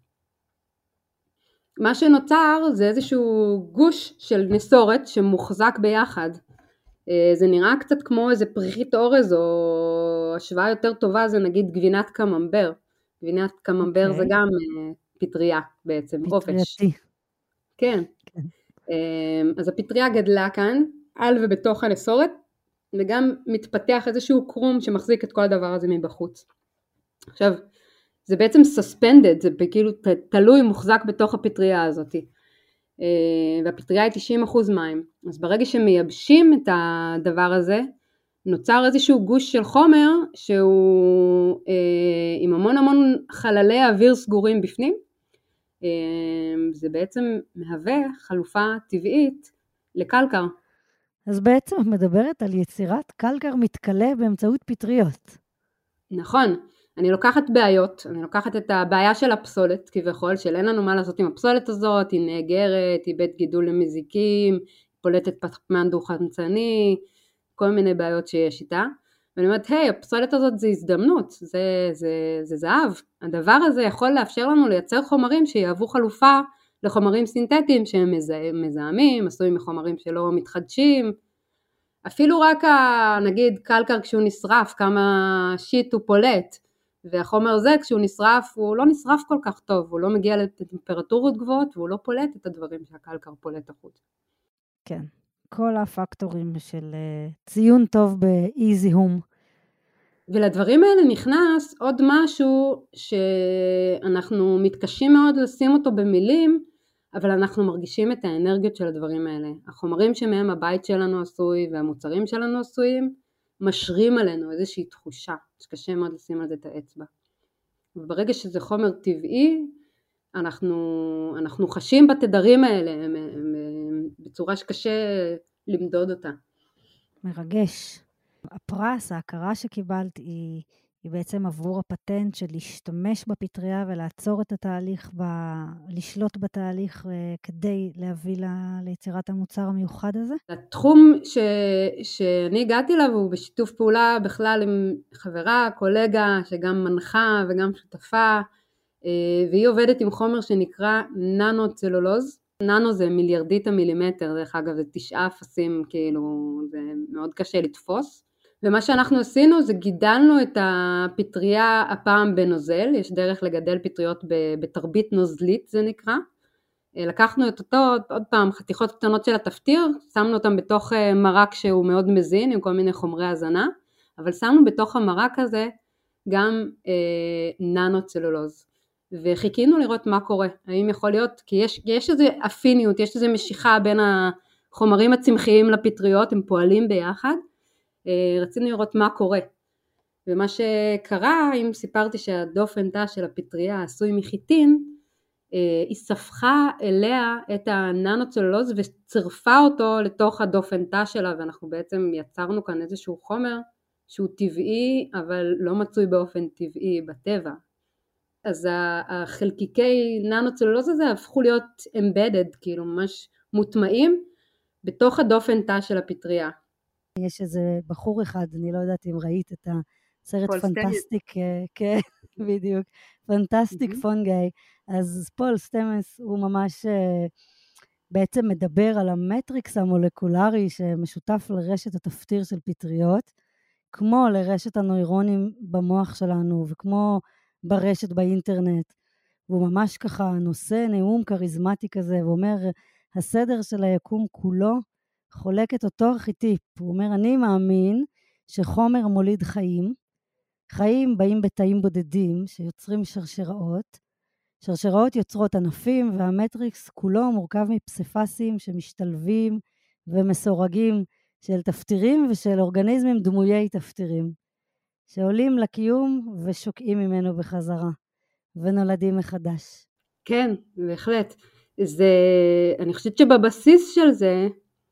מה שנוצר זה איזשהו גוש של נסורת שמוחזק ביחד. זה נראה קצת כמו איזה פריחית אורז, או השוואה יותר טובה זה נגיד גבינת קממבר. גבינת קממבר זה גם פטריה בעצם, אופש. כן. אז הפטריה גדלה כאן, על ובתוך הנסורת, וגם מתפתח איזשהו קרום שמחזיק את כל הדבר הזה מבחוץ. עכשיו, זה בעצם suspended, זה כאילו תלוי מוחזק בתוך הפטריה הזאת, והפטריה היא 90% מים, אז ברגע שמייבשים את הדבר הזה, נוצר איזשהו גוש של חומר שהוא עם המון המון חללי אוויר סגורים בפנים. זה בעצם מהווה חלופה טבעית לקלקר. אז בעצם את מדברת על יצירת קלקר מתכלה באמצעות פטריות. נכון, אני לוקחת בעיות, אני לוקחת את הבעיה של הפסולת כביכול, של אין לנו מה לעשות עם הפסולת הזאת, היא נאגרת, היא בית גידול למזיקים, פולטת פחמן דו-חמצני, כל מיני בעיות שיש איתה, ואני אומרת, היי, הפסולת הזאת זה הזדמנות, זה זהב, הדבר הזה יכול לאפשר לנו לייצר חומרים שיהוו חלופה לחומרים סינתטיים שהם מזהמים, עשויים מחומרים שלא מתחדשים, אפילו רק נגיד קלקר כשהוא נשרף, כמה שיט הוא פולט, והחומר הזה כשהוא נשרף, הוא לא נשרף כל כך טוב, הוא לא מגיע לטמפרטורות גבוהות, והוא לא פולט את הדברים שהקלקר פולט החוץ. כן, כל הפקטורים של ציון טוב באי זיהום. ולדברים האלה נכנס עוד משהו שאנחנו מתקשים מאוד לשים אותו במילים, אבל אנחנו מרגישים את האנרגיות של הדברים האלה. החומרים שמהם הבית שלנו עשוי והמוצרים שלנו עשויים, משרים עלינו איזושהי תחושה שקשה מאוד לשים על זה את האצבע. וברגע שזה חומר טבעי, אנחנו חשים בתדרים האלה בצורה שקשה למדוד אותה. מרגש. הפרס, ההכרה שקיבלת היא בעצם עבור הפטנט של להשתמש בפטריה ולעצור את התהליך, לשלוט בתהליך כדי להביא ליצירת המוצר המיוחד הזה? התחום שאני הגעתי אליו הוא בשיתוף פעולה בכלל עם חברה, קולגה שגם מנחה וגם שותפה, והיא עובדת עם חומר שנקרא ננו צלולוז. ננו זה מיליארדית המילימטר, דרך אגב זה 9 אפסים, כאילו זה מאוד קשה לתפוס. ומה שאנחנו עשינו זה גידלנו את הפטריה הפעם בנוזל, יש דרך לגדל פטריות בתרבית נוזלית זה נקרא. לקחנו את אותו, עוד פעם, חתיכות קטנות של התפטיר, שמנו אותם בתוך מרק שהוא מאוד מזין עם כל מיני חומרי הזנה, אבל שמנו בתוך המרק הזה גם ננו צלולוז. וחיכינו לראות מה קורה, האם יכול להיות, כי יש איזו אפיניות, יש איזו משיכה בין החומרים הצמחיים לפטריות, הם פועלים ביחד, רצינו לראות מה קורה. ומה שקרה, אם סיפרתי שהדופן תא של הפטריה עשוי מחיטין, היא ספחה אליה את הננו-צלולוז וצרפה אותו לתוך הדופן תא שלה, ואנחנו בעצם יצרנו כאן איזשהו חומר שהוא טבעי, אבל לא מצוי באופן טבעי בטבע. אז החלקיקי ננו-צלולוז הזה הפכו להיות embedded, כאילו ממש מוטמעים בתוך הדופן תא של הפטריה. יש איזה בחור אחד, אני לא יודעת אם ראית את הסרט פנטסטיק, כן, בדיוק, פנטסטיק פונגי, אז פול סטמנס הוא ממש בעצם מדבר על המטריקס המולקולרי שמשותף לרשת התפטיר של פטריות, כמו לרשת הנוירונים במוח שלנו, וכמו ברשת באינטרנט, והוא ממש ככה נושא נאום קריזמטי כזה, ואומר, הסדר של היקום כולו חולק את אותו ארכיטיפ. הוא אומר, אני מאמין שחומר מוליד חיים, חיים באים בתאים בודדים שיוצרים שרשראות, שרשראות יוצרות ענפים, והמטריקס כולו מורכב מפסיפסים שמשתלבים ומסורגים של תפטירים ושל אורגניזמים דמויי תפטירים, שעולים לקיום ושוקעים ממנו בחזרה, ונולדים מחדש. כן, בהחלט. אני חושבת שבבסיס של זה,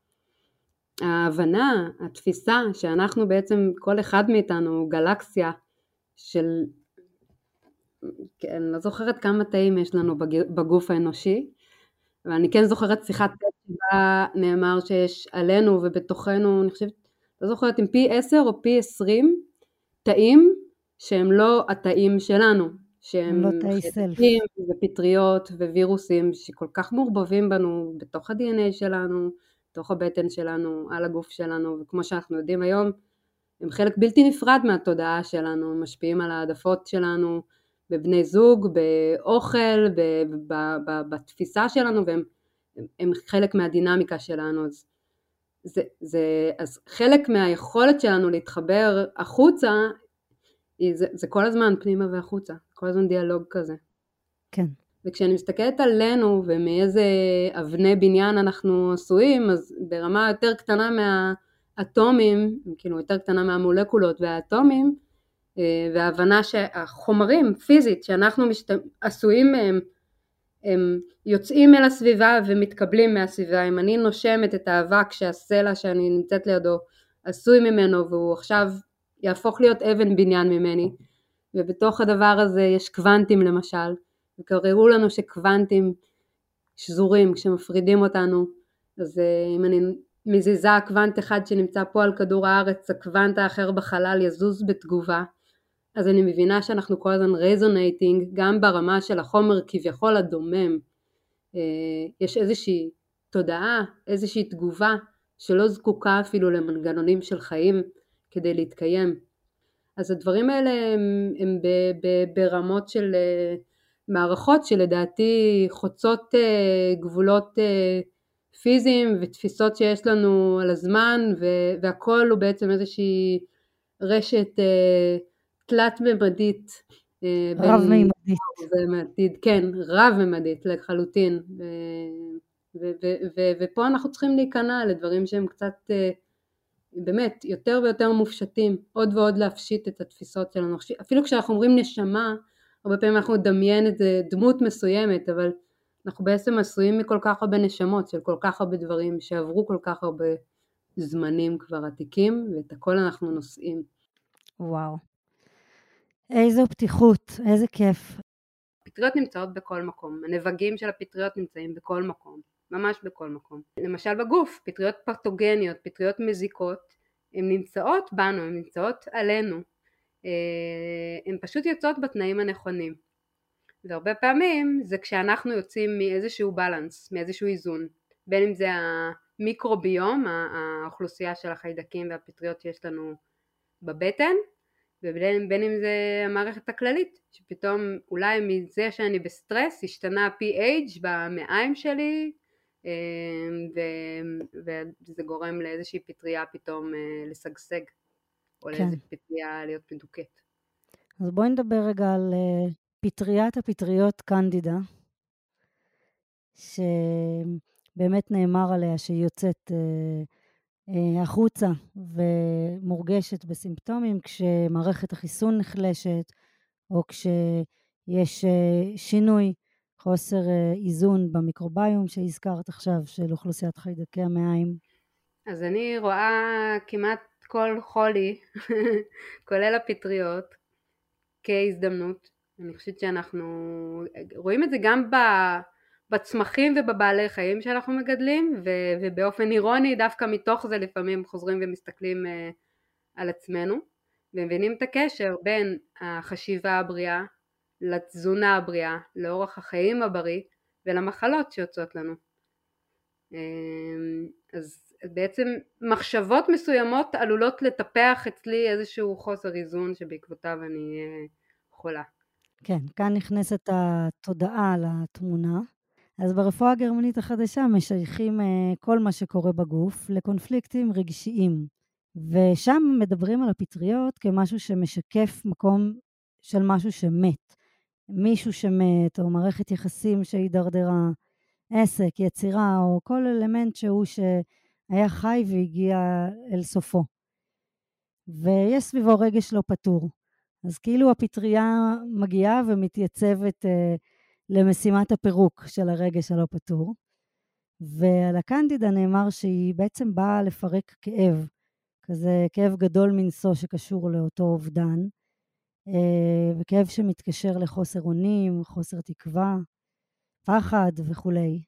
ההבנה, התפיסה, שאנחנו בעצם, כל אחד מאיתנו גלקסיה של, אני לא זוכרת כמה תאים יש לנו בגוף האנושי, אבל אני כן זוכרת שיחת שבה נאמר שיש עלינו ובתוכנו, אני חושבת, לא זוכרת אם פי 10 או פי 20 תאים שהם לא התאים שלנו, שהם לא תאי סלף. ופטריות ווירוסים שכל כך מעורבבים בנו, בתוך ה-DNA שלנו, בתוך הבטן שלנו, על הגוף שלנו, וכמו שאנחנו יודעים היום, הם חלק בלתי נפרד מהתודעה שלנו, משפיעים על העדפות שלנו, בבני זוג, באוכל, בתפיסה שלנו, והם חלק מהדינמיקה שלנו. אז חלק מהיכולת שלנו להתחבר החוצה, זה כל הזמן פנימה והחוצה, כל הזמן דיאלוג כזה. כן. וכשאני מסתכלת עלינו ומאיזה אבני בניין אנחנו עשויים, אז ברמה יותר קטנה האטומים, כאילו יותר קטנה מהמולקולות והאטומים, וההבנה שהחומרים פיזית שאנחנו עשויים מהם, הם יוצאים אל הסביבה ומתקבלים מהסביבה. אם אני נושמת את האבק שהסלע שאני נמצאת לידו עשוי ממנו, והוא עכשיו יהפוך להיות אבן בניין ממני, ובתוך הדבר הזה יש קוונטים למשל, וקראו לנו שקוונטים שזורים כשמפרידים אותנו, אז אם אני מזיזה קוונט אחד שנמצא פה על כדור הארץ, הקוונט האחר בחלל יזוז בתגובה, אז אני מבינה שאנחנו כל הזמן רזונטינג, גם ברמה של החומר כביכול הדומם, יש איזושהי תודעה, איזושהי תגובה, שלא זקוקה אפילו למנגנונים של חיים כדי להתקיים. אז הדברים האלה הם ברמות של מערכות שלדעתי חוצות גבולות פיזיים ותפיסות שיש לנו על הזמן, והכל הוא בעצם איזושהי רשת תלת-ממדית. רב-ממדית. כן, רב-ממדית לחלוטין. ופה אנחנו צריכים להיכנע לדברים שהם קצת באמת יותר ויותר מופשטים, עוד ועוד להפשיט את התפיסות שלנו. אפילו כשאנחנו אומרים נשמה, הרבה פעמים אנחנו נדמיין את דמות מסוימת, אבל אנחנו בעצם עשויים מכל כך הרבה נשמות, של כל כך הרבה דברים שעברו כל כך הרבה זמנים כבר עתיקים, ואת הכל אנחנו נושאים. וואו. איזו פתיחות, איזה כיף. פטריות נמצאות בכל מקום, הנבגים של הפטריות נמצאים בכל מקום, ממש בכל מקום. למשל בגוף, פטריות פתוגניות, פטריות מזיקות, הן נמצאות בנו, הן נמצאות עלינו, הן פשוט יוצאות בתנאים הנכונים. והרבה פעמים זה כשאנחנו יוצאים מאיזשהו בלנס, מאיזשהו איזון, בין אם זה המיקרוביום, האוכלוסייה של החיידקים והפטריות שיש לנו בבטן, ובין אם זה המערכת הכללית, שפתאום אולי מזה שאני בסטרס השתנה pH במעיים שלי, וזה גורם לאיזושהי פטריה פתאום לשגשג, או לאיזו פטריה להיות מדוכאת. אז בואי נדבר רגע על פטריית הפטריות קנדידה, שבאמת נאמר עליה שהיא יוצאת החוצה ומורגשת בסימפטומים כשמערכת החיסון נחלשת, או כשיש שינוי, חוסר איזון במיקרוביום שהזכרת עכשיו של אוכלוסיית חיידקי המעיים. אז אני רואה כמעט כל חולי, כולל הפטריות, כהזדמנות. אני חושבת שאנחנו רואים את זה גם בצמחים ובבעלי חיים שאנחנו מגדלים, ובאופן אירוני דווקא מתוך זה לפעמים חוזרים ומסתכלים על עצמנו, ומבינים את הקשר בין החשיבה הבריאה לתזונה הבריאה, לאורח החיים הבריא ולמחלות שיוצאות לנו. אז בעצם מחשבות מסוימות עלולות לטפח אצלי איזשהו חוסר איזון שבעקבותיו אני חולה. כן, כאן נכנסת התודעה לתמונה. אז ברפואה הגרמנית החדשה משייכים כל מה שקורה בגוף לקונפליקטים רגשיים, ושם מדברים על הפטריות כמשהו שמשקף מקום של משהו שמת, מישהו שמת או מערכת יחסים שהידרדרה, עסק, יצירה או כל אלמנט שהוא שהיה חי והגיע אל סופו, ויש סביבו רגש לא פתור. אז כאילו הפטריה מגיעה ומתייצבת למשימת הפירוק של הרגש הלא פתור, ועל הקנדידה נאמר שהיא בעצם באה לפרק כאב, כזה כאב גדול מנסו שקשור לאותו אובדן, וכאב שמתקשר לחוסר אונים, חוסר תקווה, פחד וכולי.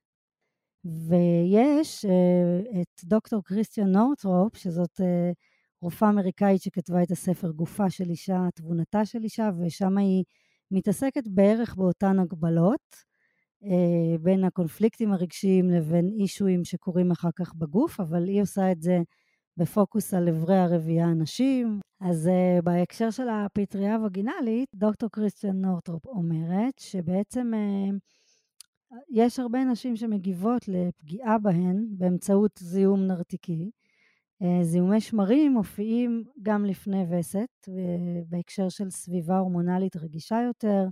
ויש את דוקטור קריסטיאן נורטרופ, שזאת רופאה אמריקאית שכתבה את הספר גופה של אישה, תבונתה של אישה, ושם היא מתעסקת בערך באותן הגבלות, בין הקונפליקטים הרגשיים לבין אישויים שקורים אחר כך בגוף, אבל היא עושה את זה בפוקוס על עברי הרבייה הנשים. אז בהקשר של הפטריה הווגינלית, דוקטור קריסטיאן נורטרופ אומרת שבעצם יש הרבה נשים שמגיבות לפגיעה בהן באמצעות זיהום נרתיקי. זיהומי שמרים מופיעים גם לפני וסת, בהקשר של סביבה הורמונלית רגישה יותר,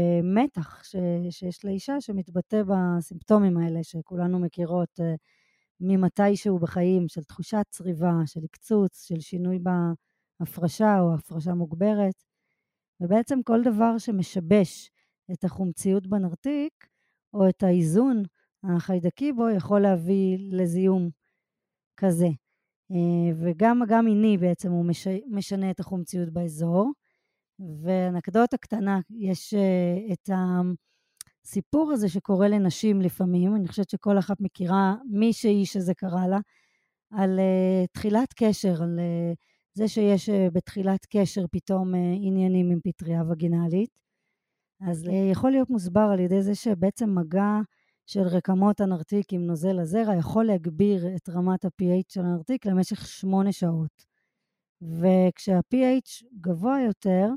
ומתח שיש לאישה שמתבטא בסימפטומים האלה שכולנו מכירות, ממתישהו בחיים, של תחושת צריבה, של הקצוץ, של שינוי בהפרשה או הפרשה מוגברת, ובעצם כל דבר שמשבש את החומציות בנרתיק, או את האיזון החיידקי בו, יכול להביא לזיהום כזה. וגם מגע מיני בעצם הוא משנה את החומציות באזור. ואנקדוטה קטנה, יש את הסיפור הזה שקורה לנשים לפעמים, אני חושבת שכל אחת מכירה מישהי שזה קרה לה, על תחילת קשר, על זה שיש בתחילת קשר פתאום עניינים עם פטריה וגינלית. אז יכול להיות מוסבר על ידי זה שבעצם מגע של רקמות הנרתיק עם נוזל הזרע יכול להגביר את רמת ה-pH של הנרתיק למשך 8 שעות. וכשה-pH גבוה יותר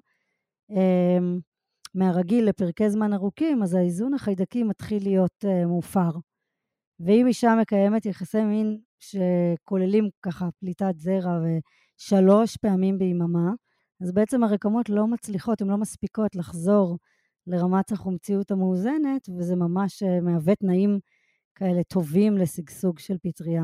מהרגיל לפרקי זמן ארוכים, אז האיזון החיידקי מתחיל להיות מופר. ואם אישה מקיימת יחסי מין שכוללים ככה פליטת זרע 3 פעמים ביממה, אז בעצם הרקמות לא מצליחות, הן לא מספיקות לחזור לרמת החומציות המאוזנת, וזה ממש מהווה תנאים כאלה טובים לשגשוג של פטריה.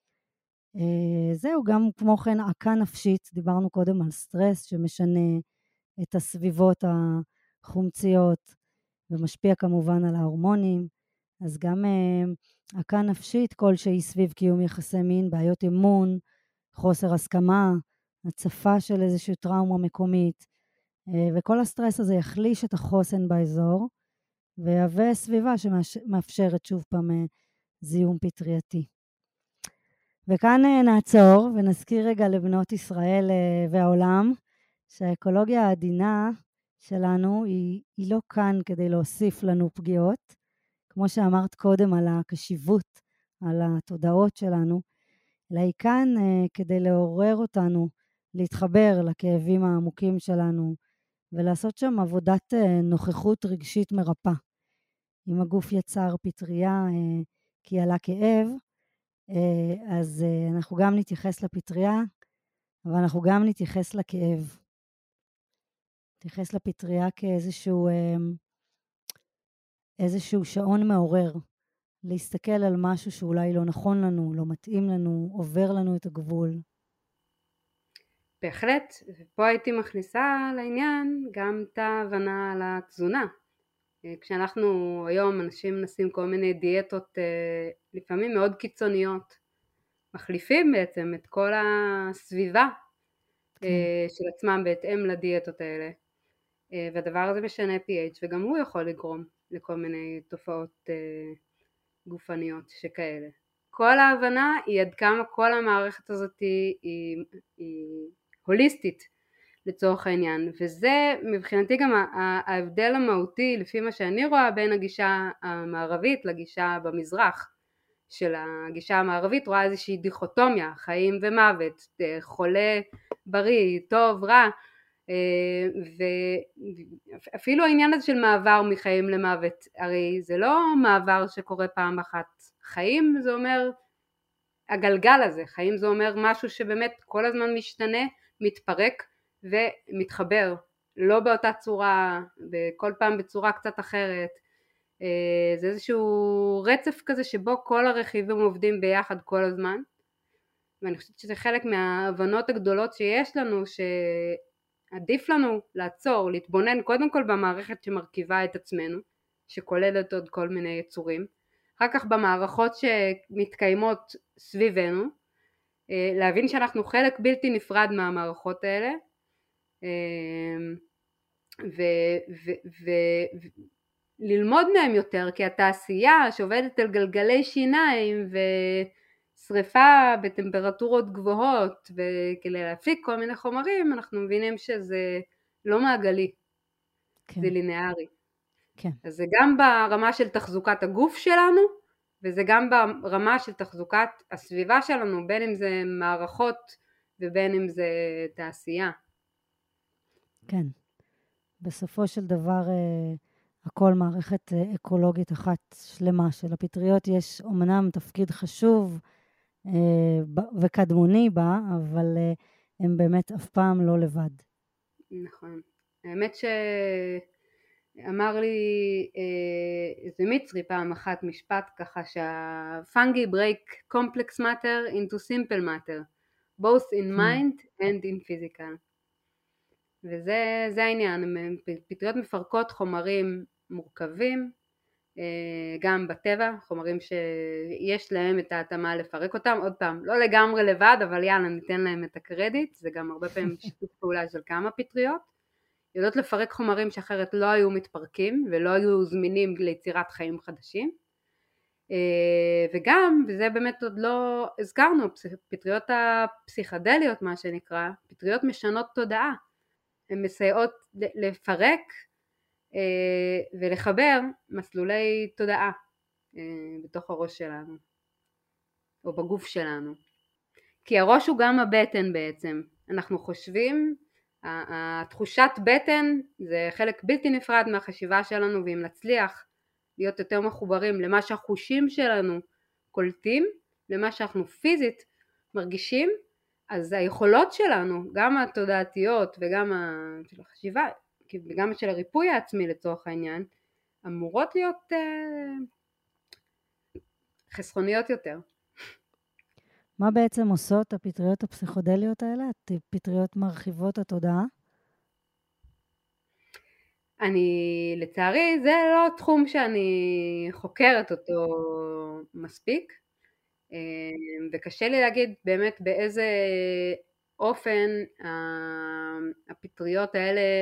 זהו, גם כמו כן עקה נפשית, דיברנו קודם על סטרס שמשנה את הסביבות החומציות, ומשפיע כמובן על ההורמונים, אז גם עקה נפשית כלשהי סביב קיום יחסי מין, בעיות אמון, חוסר הסכמה, הצפה של איזושהי טראומה מקומית, וכל הסטרס הזה יחליש את החוסן באזור, ויהווה סביבה שמאפשרת שוב פעם זיהום פטרייתי. וכאן נעצור ונזכיר רגע לבנות ישראל והעולם, שהאקולוגיה העדינה שלנו היא לא כאן כדי להוסיף לנו פגיעות, כמו שאמרת קודם על הקשיבות, על התודעות שלנו, אלא היא כאן כדי לעורר אותנו, להתחבר לכאבים העמוקים שלנו, ולעשות שם עבודת נוכחות רגשית מרפא. אם הגוף יצר פטריה כי עלה כאב, אז אנחנו גם נתייחס לפטריה, אבל אנחנו גם נתייחס לכאב. נתייחס לפטריה כאיזשהו שעון מעורר, להסתכל על משהו שאולי לא נכון לנו, לא מתאים לנו, עובר לנו את הגבול. בהחלט, ופה הייתי מכניסה לעניין גם את ההבנה על התזונה. כשאנחנו היום אנשים מנסים כל מיני דיאטות לפעמים מאוד קיצוניות, מחליפים בעצם את כל הסביבה של עצמם בהתאם לדיאטות האלה, והדבר הזה משנה pH, וגם הוא יכול לגרום לכל מיני תופעות גופניות שכאלה. כל ההבנה היא עד כמה כל המערכת הזאת היא הוליסטית לצורך העניין, וזה מבחינתי גם ההבדל המהותי לפי מה שאני רואה בין הגישה המערבית לגישה במזרח. של הגישה המערבית רואה איזושהי דיכוטומיה, חיים ומוות, חולה, בריא, טוב, רע, ואפילו העניין הזה של מעבר מחיים למוות, הרי זה לא מעבר שקורה פעם אחת, חיים זה אומר הגלגל הזה, חיים זה אומר משהו שבאמת כל הזמן משתנה, מתפרק ומתחבר, לא באותה צורה, בכל פעם בצורה קצת אחרת, זה איזשהו רצף כזה שבו כל הרכיבים עובדים ביחד כל הזמן, ואני חושבת שזה חלק מההבנות הגדולות שיש לנו, שעדיף לנו לעצור, להתבונן קודם כל במערכת שמרכיבה את עצמנו, שכוללת עוד כל מיני יצורים, אחר כך במערכות שמתקיימות סביבנו, להבין שאנחנו חלק בלתי נפרד מהמערכות האלה, ללמוד מהם יותר, כי התעשייה שעובדת על גלגלי שיניים ושריפה בטמפרטורות גבוהות וכדי להפיק כל מיני חומרים, אנחנו מבינים שזה לא מעגלי, כן. זה לינארי. כן. אז זה גם ברמה של תחזוקת הגוף שלנו, וזה גם ברמה של תחזוקת הסביבה שלנו, בין אם זה מערכות ובין אם זה תעשייה. כן. בסופו של דבר הכל מערכת אקולוגית אחת שלמה. של הפטריות יש אומנם תפקיד חשוב וקדמוני בה, אבל הם באמת אף פעם לא לבד. נכון. האמת אמר לי איזה מצרי פעם אחת משפט ככה שה-fungi break complex matter into simple matter, both in mind and in physical. וזה העניין, פטריות מפרקות חומרים מורכבים, גם בטבע, חומרים שיש להם את ההתאמה לפרק אותם, עוד פעם, לא לגמרי לבד, אבל יאללה ניתן להם את הקרדיט, זה גם הרבה פעמים שיתוף פעולה של כמה פטריות, יודעות לפרק חומרים שאחרת לא היו מתפרקים ולא היו זמינים ליצירת חיים חדשים, וגם, וזה באמת עוד לא הזכרנו, פטריות הפסיכדליות מה שנקרא, פטריות משנות תודעה, הן מסייעות לפרק ולחבר מסלולי תודעה בתוך הראש שלנו או בגוף שלנו, כי הראש הוא גם הבטן בעצם, אנחנו חושבים, התחושת בטן זה חלק בלתי נפרד מהחשיבה שלנו, ואם נצליח להיות יותר מחוברים למה שהחושים שלנו קולטים, למה שאנחנו פיזית מרגישים, אז היכולות שלנו, גם התודעתיות וגם של החשיבה וגם של הריפוי העצמי לצורך העניין, אמורות להיות חסכוניות יותר. מה בעצם עושות הפטריות הפסיכודליות האלה? פטריות מרחיבות התודעה? לצערי זה לא תחום שאני חוקרת אותו מספיק, וקשה לי להגיד באמת באיזה אופן הפטריות האלה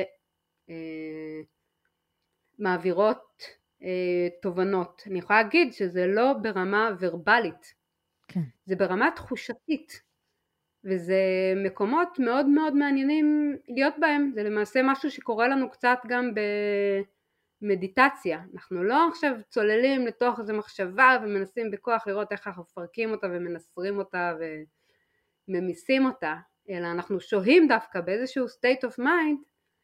מעבירות תובנות. אני יכולה להגיד שזה לא ברמה ורבלית, כן. זה ברמה תחושתית, וזה מקומות מאוד מאוד מעניינים להיות בהם, זה למעשה משהו שקורה לנו קצת גם במדיטציה, אנחנו לא עכשיו צוללים לתוך איזו מחשבה ומנסים בכוח לראות איך אנחנו מפרקים אותה ומנסרים אותה וממיסים אותה, אלא אנחנו שוהים דווקא באיזשהו state of mind,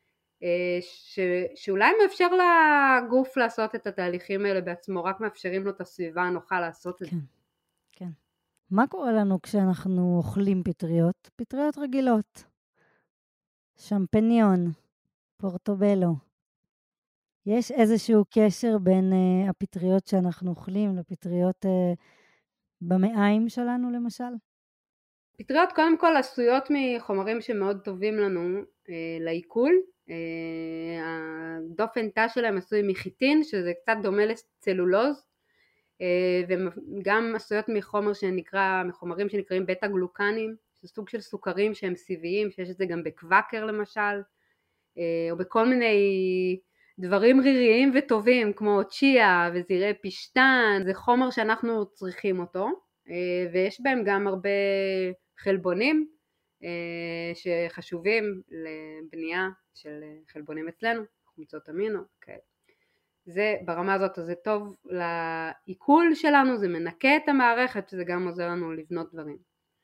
שאולי מאפשר לגוף לעשות את התהליכים האלה בעצמו, רק מאפשרים לו את הסביבה הנוחה לעשות את זה. כן. מה קורה לנו כשאנחנו אוכלים פטריות? פטריות רגילות. שמפניון, פורטובלו. יש איזשהו קשר בין הפטריות שאנחנו אוכלים לפטריות במעיים שלנו למשל? פטריות קודם כל עשויות מחומרים שמאוד טובים לנו לעיכול. הדופן תא שלהם עשוי מחיטין, שזה קצת דומה לצלולוז, וגם עשויות מחומרים שנקראים בטא גלוקנים, שזה סוג של סוכרים שהם סיביים, שיש את זה גם בקוואקר למשל, או בכל מיני דברים ריריים וטובים כמו צ'יה וזרעי פשטן, זה חומר שאנחנו צריכים אותו, ויש בהם גם הרבה חלבונים שחשובים לבנייה של חלבונים אצלנו, חומצות אמינו, כאלה. זה ברמה הזאת, זה טוב לעיכול שלנו, זה מנקה את המערכת, וזה גם עוזר לנו לבנות דברים.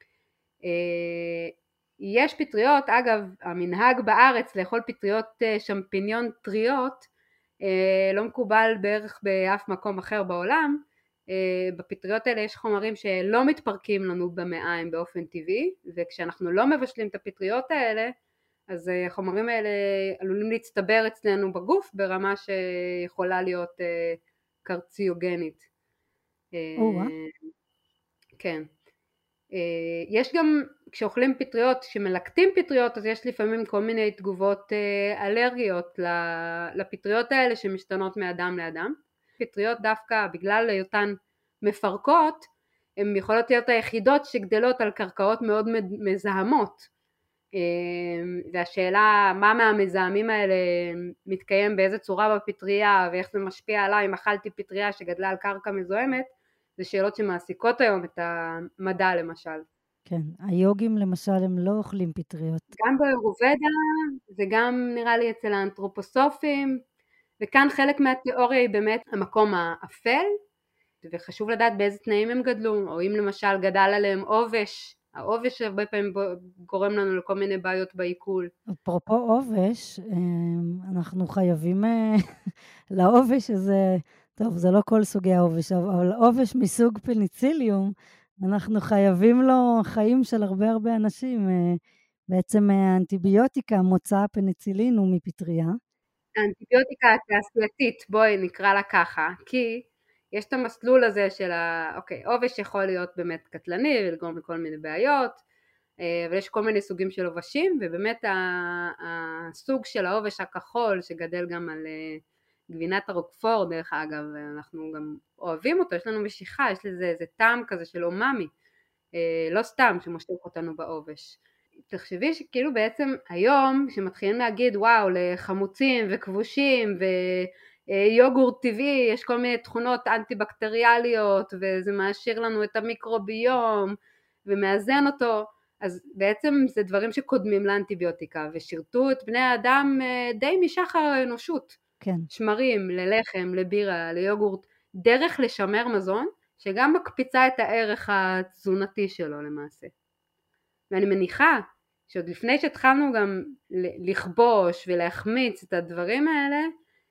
יש פטריות, אגב, המנהג בארץ לאכול פטריות שמפיניון טריות, לא מקובל בערך באף מקום אחר בעולם. בפטריות האלה יש חומרים שלא מתפרקים לנו במעיים באופן טבעי, וכשאנחנו לא מבשלים את הפטריות האלה, אז החומרים האלה עלולים להצטבר אצלנו בגוף ברמה שיכולה להיות קרציוגנית. כן. יש גם, כשאוכלים פטריות, כשמלקטים פטריות, אז יש לפעמים כל מיני תגובות אלרגיות לפטריות האלה שמשתנות מאדם לאדם. פטריות דווקא בגלל היותן מפרקות, הן יכולות להיות היחידות שגדלות על קרקעות מאוד מזהמות. והשאלה מה מהמזהמים האלה מתקיים באיזה צורה בפטריה ואיך זה משפיע עליי אם אכלתי פטריה שגדלה על קרקע מזוהמת, זה שאלות שמעסיקות היום את המדע למשל. כן, היוגים למשל הם לא אוכלים פטריות. גם באיורבדה, זה גם נראה לי אצל האנתרופוסופים, וכאן חלק מהתיאוריה היא באמת המקום האפל, וחשוב לדעת באיזה תנאים הם גדלו, או אם למשל גדל עליהם עובש, העובש הרבה פעמים גורם לנו לכל מיני בעיות בעיכול. אפרופו עובש, אנחנו חייבים לעובש הזה, טוב זה לא כל סוגי העובש, אבל עובש מסוג פניציליום, אנחנו חייבים לו חיים של הרבה אנשים, בעצם האנטיביוטיקה מוצא פניצילין הוא מפטריה, האנטיביוטיקה התעשייתית, בואי נקרא לה ככה, כי יש את המסלול הזה של אוקיי, עובש יכול להיות באמת קטלני ולגרום לכל מיני בעיות, אבל יש כל מיני סוגים של עובשים, ובאמת הסוג של העובש הכחול שגדל גם על גבינת הרוקפור, דרך אגב, אנחנו גם אוהבים אותו, יש לנו משיכה, יש לזה איזה טעם כזה של אומאמי, לא סתם שמושך אותנו בעובש. תחשבי שכאילו בעצם היום שמתחילים להגיד וואו לחמוצים וכבושים ויוגורט טבעי יש כל מיני תכונות אנטי בקטריאליות וזה מעשיר לנו את המיקרוביום ומאזן אותו, אז בעצם זה דברים שקודמים לאנטיביוטיקה ושירתו את בני האדם די משחר האנושות. כן. שמרים, ללחם, לבירה, ליוגורט, דרך לשמר מזון שגם מקפיצה את הערך התזונתי שלו למעשה. ואני מניחה שעוד לפני שהתחלנו גם לכבוש ולהחמיץ את הדברים האלה,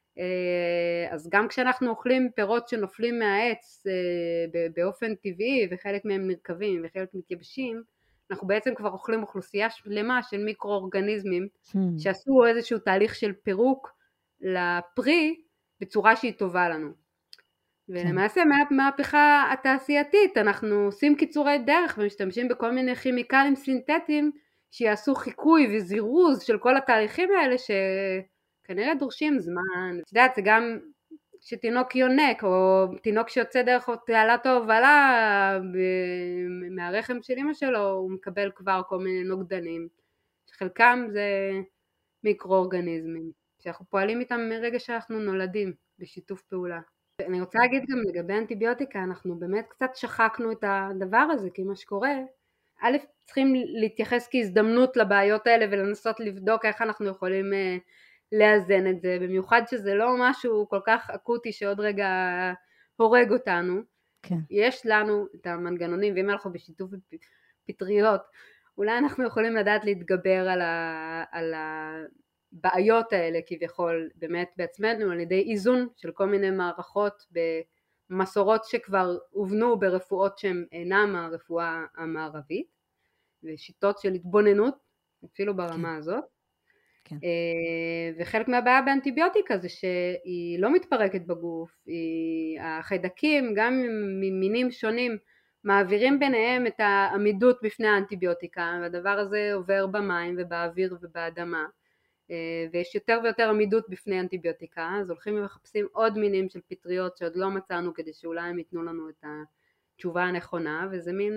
אז גם כשאנחנו אוכלים פירות שנופלים מהעץ באופן טבעי וחלק מהם נרקבים וחלק מתייבשים, אנחנו בעצם כבר אוכלים אוכלוסייה שלמה של מיקרואורגניזמים שעשו איזשהו תהליך של פירוק לפרי בצורה שהיא טובה לנו. ולמעשה מהמהפכה התעשייתית אנחנו עושים קיצורי דרך ומשתמשים בכל מיני כימיקלים סינתטיים שיעשו חיקוי וזירוז של כל התהליכים האלה שכנראה דורשים זמן. את יודעת, זה גם שתינוק יונק או תינוק שיוצא דרך תעלת ההובלה מהרחם של אמא שלו, הוא מקבל כבר כל מיני נוגדנים, שחלקם זה מיקרואורגניזמים שאנחנו פועלים איתם מרגע שאנחנו נולדים בשיתוף פעולה. אני רוצה להגיד גם לגבי אנטיביוטיקה, אנחנו באמת קצת שחקנו את הדבר הזה, כי מה שקורה, א', צריכים להתייחס כהזדמנות לבעיות האלה ולנסות לבדוק איך אנחנו יכולים לאזן את זה, במיוחד שזה לא משהו כל כך אקוטי שעוד רגע הורג אותנו. כן. יש לנו את המנגנונים, ואם אנחנו בשיתוף פטריות, אולי אנחנו יכולים לדעת להתגבר על הבעיות האלה כביכול באמת בעצמנו על ידי איזון של כל מיני מערכות במסורות שכבר הובנו ברפואות שהן אינם הרפואה המערבית ושיטות של התבוננות אפילו ברמה הזאת. כן. וחלק מהבעיה באנטיביוטיקה זה שהיא לא מתפרקת בגוף, החיידקים גם ממינים שונים מעבירים ביניהם את העמידות בפני האנטיביוטיקה, והדבר הזה עובר במים ובאוויר ובאדמה, ויש יותר ויותר עמידות בפני אנטיביוטיקה, אז הולכים ומחפשים עוד מינים של פטריות שעוד לא מצאנו כדי שאולי הם ייתנו לנו את התשובה הנכונה, וזה מין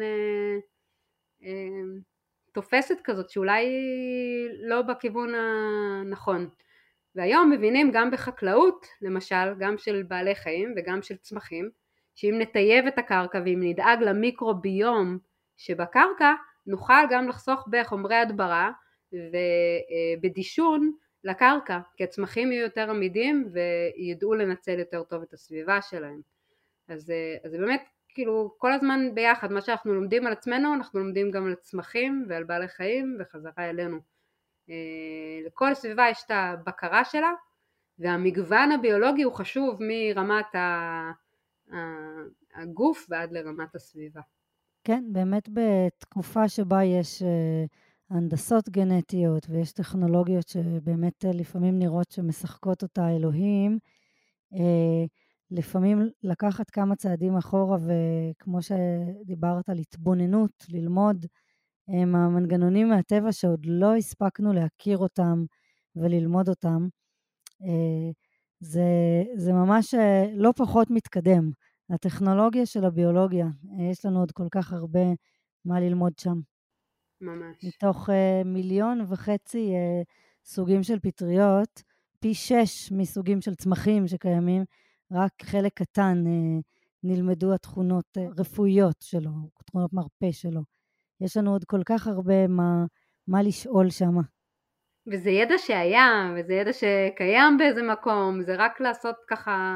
תופסת כזאת שאולי לא בכיוון הנכון. והיום מבינים גם בחקלאות, למשל, גם של בעלי חיים וגם של צמחים, שאם נטייב את הקרקע ואם נדאג למיקרוביום שבקרקע, נוכל גם לחסוך בחומרי הדברה ובדישון לקרקע, כי הצמחים יהיו יותר עמידים וידעו לנצל יותר טוב את הסביבה שלהם. אז זה באמת כאילו כל הזמן ביחד, מה שאנחנו לומדים על עצמנו, אנחנו לומדים גם על צמחים ועל בעלי חיים וחזרה אלינו. לכל סביבה יש את הבקרה שלה, והמגוון הביולוגי הוא חשוב מרמת הגוף ועד לרמת הסביבה. כן, באמת בתקופה שבה יש הנדסות גנטיות ויש טכנולוגיות שבאמת לפעמים נראות שמשחקות אותה אלוהים, לפעמים לקחת כמה צעדים אחורה וכמו שדיברת על התבוננות, ללמוד המנגנונים מהטבע שעוד לא הספקנו להכיר אותם וללמוד אותם, זה ממש לא פחות מתקדם. הטכנולוגיה של הביולוגיה, יש לנו עוד כל כך הרבה מה ללמוד שם. ממש. מתוך 1.5 מיליון סוגים של פטריות, פי 6 מסוגים של צמחים שקיימים, רק חלק קטן נלמדו התכונות רפואיות שלו, תכונות מרפא שלו. יש לנו עוד כל כך הרבה מה לשאול שם. וזה ידע שהיה, וזה ידע שקיים באיזה מקום, זה רק לעשות ככה,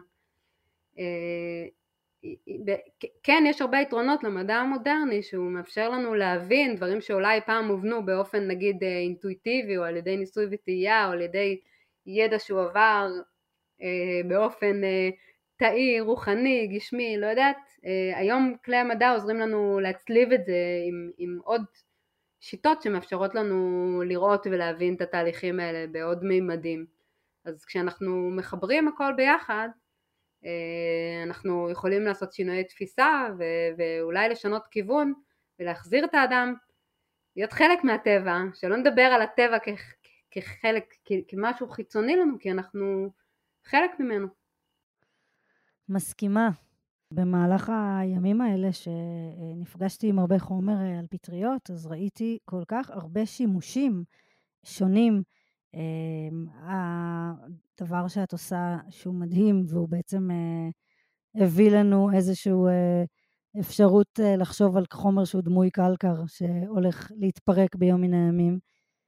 כן יש הרבה יתרונות למדע המודרני שהוא מאפשר לנו להבין דברים שאולי פעם הובנו באופן נגיד אינטואיטיבי או על ידי ניסוי וטעייה או על ידי ידע שהוא עבר באופן תאי, רוחני, גשמי, לא יודעת, היום כלי המדע עוזרים לנו להצליב את זה עם עוד שיטות שמאפשרות לנו לראות ולהבין את התהליכים האלה בעוד מימדים. אז כשאנחנו מחברים הכל ביחד, אנחנו יכולים לעשות שינויי תפיסה ואולי לשנות כיוון ולהחזיר את האדם להיות חלק מהטבע, שלא נדבר על הטבע כחלק, כמשהו חיצוני לנו, כי אנחנו חלק ממנו. מסכימה. במהלך הימים האלה שנפגשתי עם הרבה חומר על פטריות, אז ראיתי כל כך הרבה שימושים שונים. הדבר שאת עושה שהוא מדהים, והוא בעצם הביא לנו איזושהי אפשרות לחשוב על חומר שהוא דמוי קלקר, שהולך להתפרק ביום מן הימים.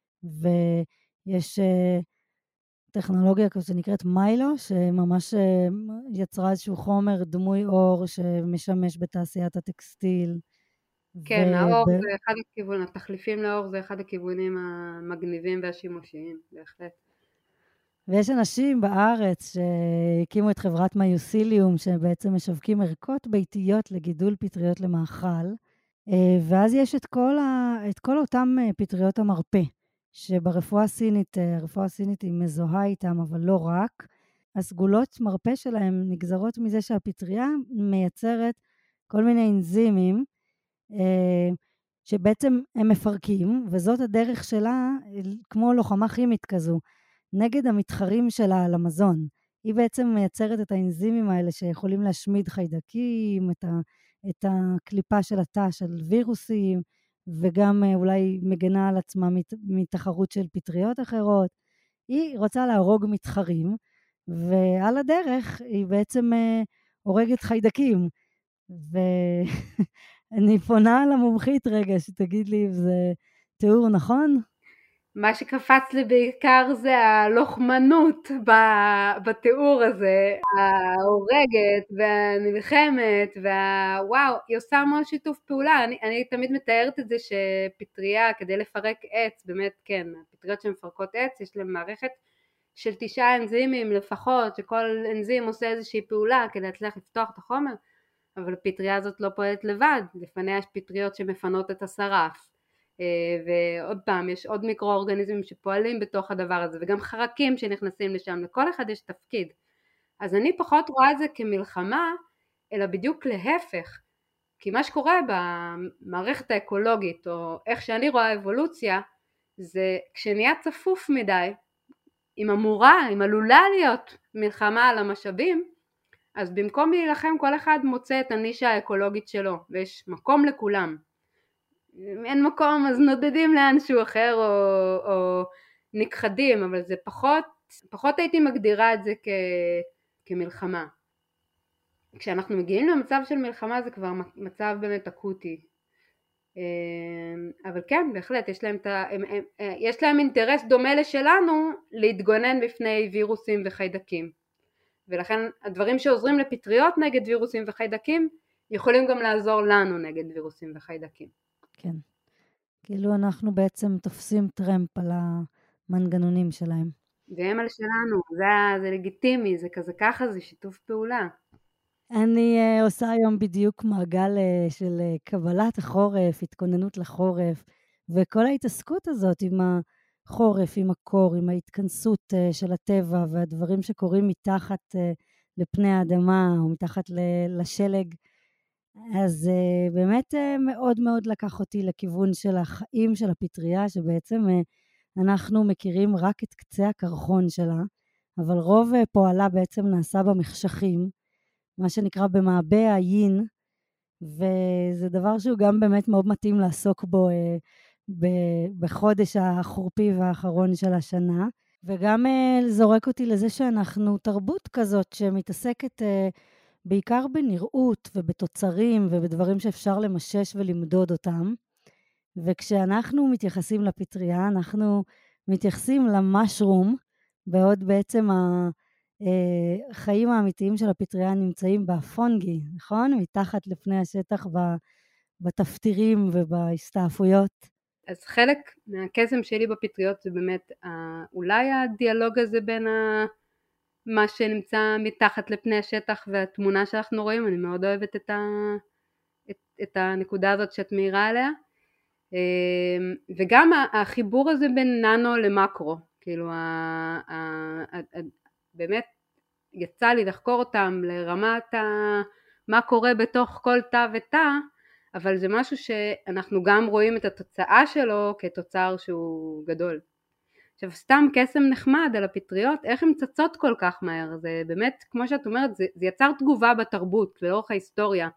ויש טכנולוגיה כזו שנקראת מיילו, שממש יצרה איזשהו חומר דמוי אור שמשמש בתעשיית הטקסטיל. כן, האור זה אחד הכיוונים, התחליפים לאור זה אחד הכיוונים המגניבים והשימושיים, בהחלט. ויש אנשים בארץ שהקימו את חברת מיוסיליום, שבעצם משווקים ערכות ביתיות לגידול פטריות למאכל, ואז יש את כל אותם פטריות המרפא, שברפואה הסינית, הרפואה הסינית היא מזוהה איתם, אבל לא רק. הסגולות מרפא שלהם נגזרות מזה שהפטריה מייצרת כל מיני אנזימים, שבעצם הם מפרקים, וזאת הדרך שלה, כמו לוחמה כימית כזו, נגד המתחרים שלה על המזון. היא בעצם מייצרת את האנזימים האלה שיכולים להשמיד חיידקים, את הקליפה של התא של וירוסים, וגם אולי מגנה על עצמה מתחרות של פטריות אחרות. היא רוצה להרוג מתחרים, ועל הדרך היא בעצם הורגת חיידקים. ואני פונה למומחית רגע, שתגיד לי אם זה תיאור נכון? מה שקפץ לי בעיקר זה הלוחמנות בתיאור הזה, ההורגת והנלחמת, וואו, היא עושה המון שיתוף פעולה. אני תמיד מתארת את זה שפטריה כדי לפרק עץ, באמת כן, הפטריות שמפרקות עץ יש להם מערכת של 9 אנזימים לפחות, שכל אנזים עושה איזושהי פעולה כדי להצליח לפתוח את החומר, אבל הפטריה הזאת לא פועלת לבד, לפניה יש פטריות שמפנות את השרף. ועוד פעם יש עוד מיקרואורגניזמים שפועלים בתוך הדבר הזה, וגם חרקים שנכנסים לשם, לכל אחד יש תפקיד. אז אני פחות רואה את זה כמלחמה, אלא בדיוק להפך, כי מה שקורה במערכת האקולוגית, או איך שאני רואה אבולוציה, זה כשנהיה צפוף מדי, אם עלולה להיות מלחמה על המשאבים, אז במקום להילחם כל אחד מוצא את הנישה האקולוגית שלו, ויש מקום לכולם. אין מקום אז נודדים לאנשהו אחר או נכחדים, אבל זה פחות הייתי מגדירה את זה כמלחמה. כשאנחנו מגיעים למצב של מלחמה זה כבר מצב באמת אקוטי. אבל כן, בהחלט יש להם אינטרס דומה לשלנו להתגונן בפני וירוסים וחיידקים, ולכן הדברים שעוזרים לפטריות נגד וירוסים וחיידקים יכולים גם לעזור לנו נגד וירוסים וחיידקים. כן. כאילו אנחנו בעצם תופסים טרמפ על המנגנונים שלהם. והם על שלנו, זה לגיטימי, זה כזה ככה, זה שיתוף פעולה. אני עושה היום בדיוק מעגל של קבלת החורף, התכוננות לחורף, וכל ההתעסקות הזאת עם החורף, עם הקור, עם ההתכנסות של הטבע והדברים שקורים מתחת לפני האדמה או מתחת לשלג, אז באמת מאוד מאוד לקח אותי לכיוון של החיים של הפטריה, שבעצם אנחנו מכירים רק את קצה הקרחון שלה, אבל רוב פועלה בעצם נעשה במחשכים, מה שנקרא במעבה היין, וזה דבר שהוא גם באמת מאוד מתאים לעסוק בו בחודש החורפי והאחרון של השנה, וגם זורק אותי לזה שאנחנו תרבות כזאת שמתעסקת בעיקר בנראות ובתוצרים ובדברים שאפשר למשש ולמדוד אותם, וכשאנחנו מתייחסים לפטריה, אנחנו מתייחסים למשרום, בעוד בעצם החיים האמיתיים של הפטריה נמצאים בפונגי, נכון? מתחת לפני השטח בתפטירים ובהסתעפויות. אז חלק מהקסם שלי בפטריות זה באמת אולי הדיאלוג הזה בין מה שנמצא מתחת לפני השטח והתמונה שאנחנו רואים. אני מאוד אוהבת את הנקודה הזאת שאת מאירה עליה, וגם החיבור הזה בין ננו למקרו, כאילו באמת יצא לי לחקור אותם לרמת מה קורה בתוך כל תא ותא, אבל זה משהו שאנחנו גם רואים את התוצאה שלו כתוצר שהוא גדול. עכשיו סתם קסם נחמד על הפטריות, איך הן צצות כל כך מהר, זה באמת כמו שאת אומרת, זה יצר תגובה בתרבות לאורך ההיסטוריה,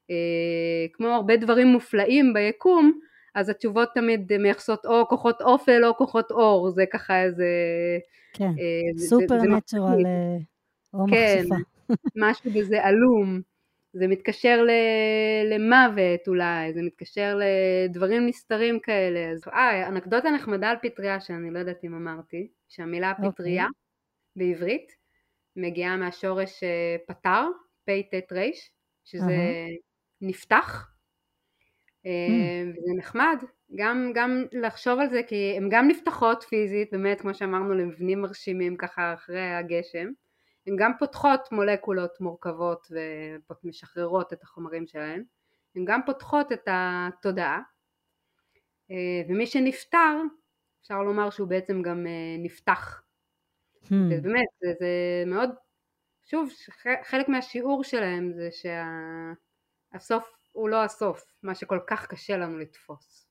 כמו הרבה דברים מופלאים ביקום, אז התשובות תמיד מייחסות או כוחות אופל או כוחות אור, זה ככה איזה... כן, סופרנטורל או מחשפה. כן, משהו בזה עלום, זה מתקשר למוות אולי, זה מתקשר לדברים נסתרים כאלה. אנקדוטה נחמדה על פטריה שאני לא יודעת אם אמרתי, שהמילה פטריה בעברית מגיעה מהשורש פטר, פ"ט ר', שזה נפתח, וזה נחמד גם לחשוב על זה, כי הן גם נפתחות פיזית, באמת כמו שאמרנו למבנים מרשימים ככה אחרי הגשם, הן גם פותחות מולקולות מורכבות ומשחררות את החומרים שלהן, הן גם פותחות את התודעה, ומי שנפטר אפשר לומר שהוא בעצם גם נפתח. ובאמת זה מאוד, שוב, חלק מהשיעור שלהם זה שהסוף הוא לא הסוף, מה שכל כך קשה לנו לתפוס,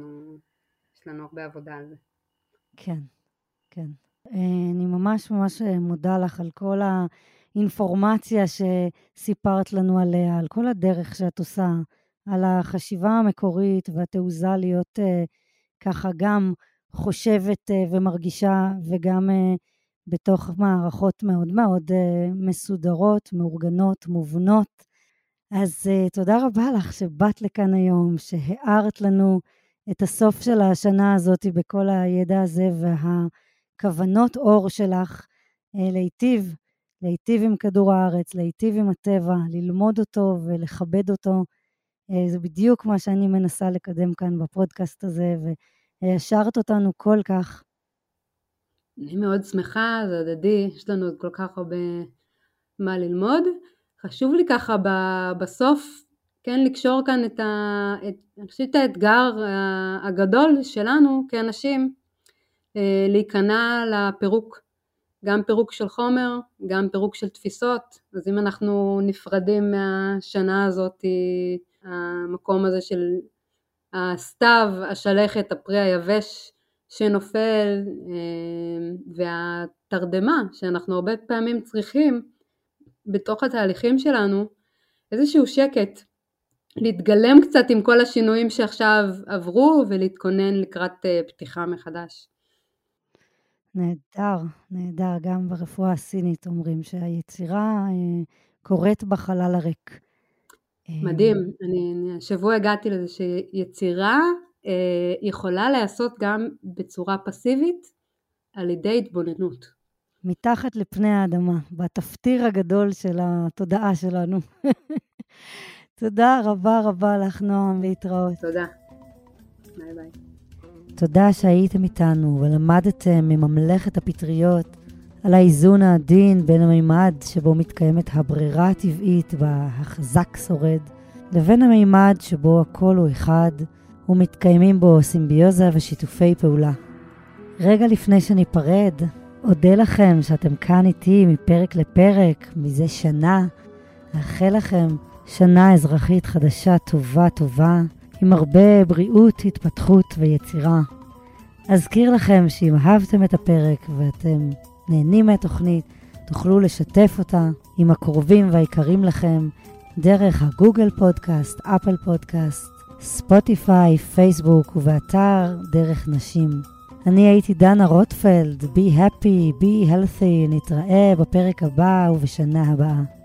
יש לנו הרבה עבודה על זה. כן, כן. אני ממש מודה לך על כל האינפורמציה שסיפרת לנו עליה, על כל הדרך שאת עושה, על החשיבה המקורית והתעוזה להיות ככה גם חושבת ומרגישה, וגם בתוך מערכות מאוד מאוד מסודרות, מאורגנות, מובנות. אז תודה רבה לך שבאת לכאן היום, שהארת לנו את הסוף של השנה הזאת בכל הידע הזה והכוונות אור שלך להיטיב עם כדור הארץ, להיטיב עם הטבע, ללמוד אותו ולכבד אותו. זה בדיוק מה שאני מנסה לקדם כאן בפודקאסט הזה, והשארת אותנו כל כך. אני מאוד שמחה, זה הדדי, יש לנו כל כך הרבה מה ללמוד. חשוב לי ככה בסוף, כן, לקשור כאן אני חושבת האתגר הגדול שלנו כאנשים, להיכנע לפירוק, גם פירוק של חומר, גם פירוק של תפיסות. אז אם אנחנו נפרדים מהשנה הזאת, המקום הזה של הסתיו, השלכת, הפרי היבש שנופל, והתרדמה שאנחנו הרבה פעמים צריכים בתוך התהליכים שלנו, איזשהו שקט, להתגלם קצת עם כל השינויים שעכשיו עברו, ולהתכונן לקראת פתיחה מחדש. נהדר, נהדר. גם ברפואה הסינית אומרים שהיצירה קורית בחלל הריק. מדהים. אני השבוע הגעתי לזה שיצירה יכולה לעשות גם בצורה פסיבית על ידי התבוננות. מתחת לפני האדמה, בתפטיר הגדול של התודעה שלנו. תודה רבה רבה לך נועם, להתראות. תודה. ביי ביי. תודה שהייתם איתנו ולמדתם מממלכת הפטריות על האיזון העדין בין המימד שבו מתקיימת הברירה הטבעית והחזק שורד, לבין המימד שבו הכל הוא אחד ומתקיימים בו סימביוזה ושיתופי פעולה. רגע לפני שניפרד, אודה לכם שאתם כאן איתי מפרק לפרק, מזה שנה. אאחל לכם שנה אזרחית חדשה טובה, עם הרבה בריאות, התפתחות ויצירה. אזכיר לכם שאם אהבתם את הפרק ואתם נהנים מהתוכנית, תוכלו לשתף אותה עם הקרובים והיקרים לכם, דרך הגוגל פודקאסט, אפל פודקאסט, ספוטיפיי, פייסבוק ובאתר דרך נשים. אני הייתי דנה רוטפלד, be happy, be healthy, נתראה בפרק הבא ובשנה הבאה.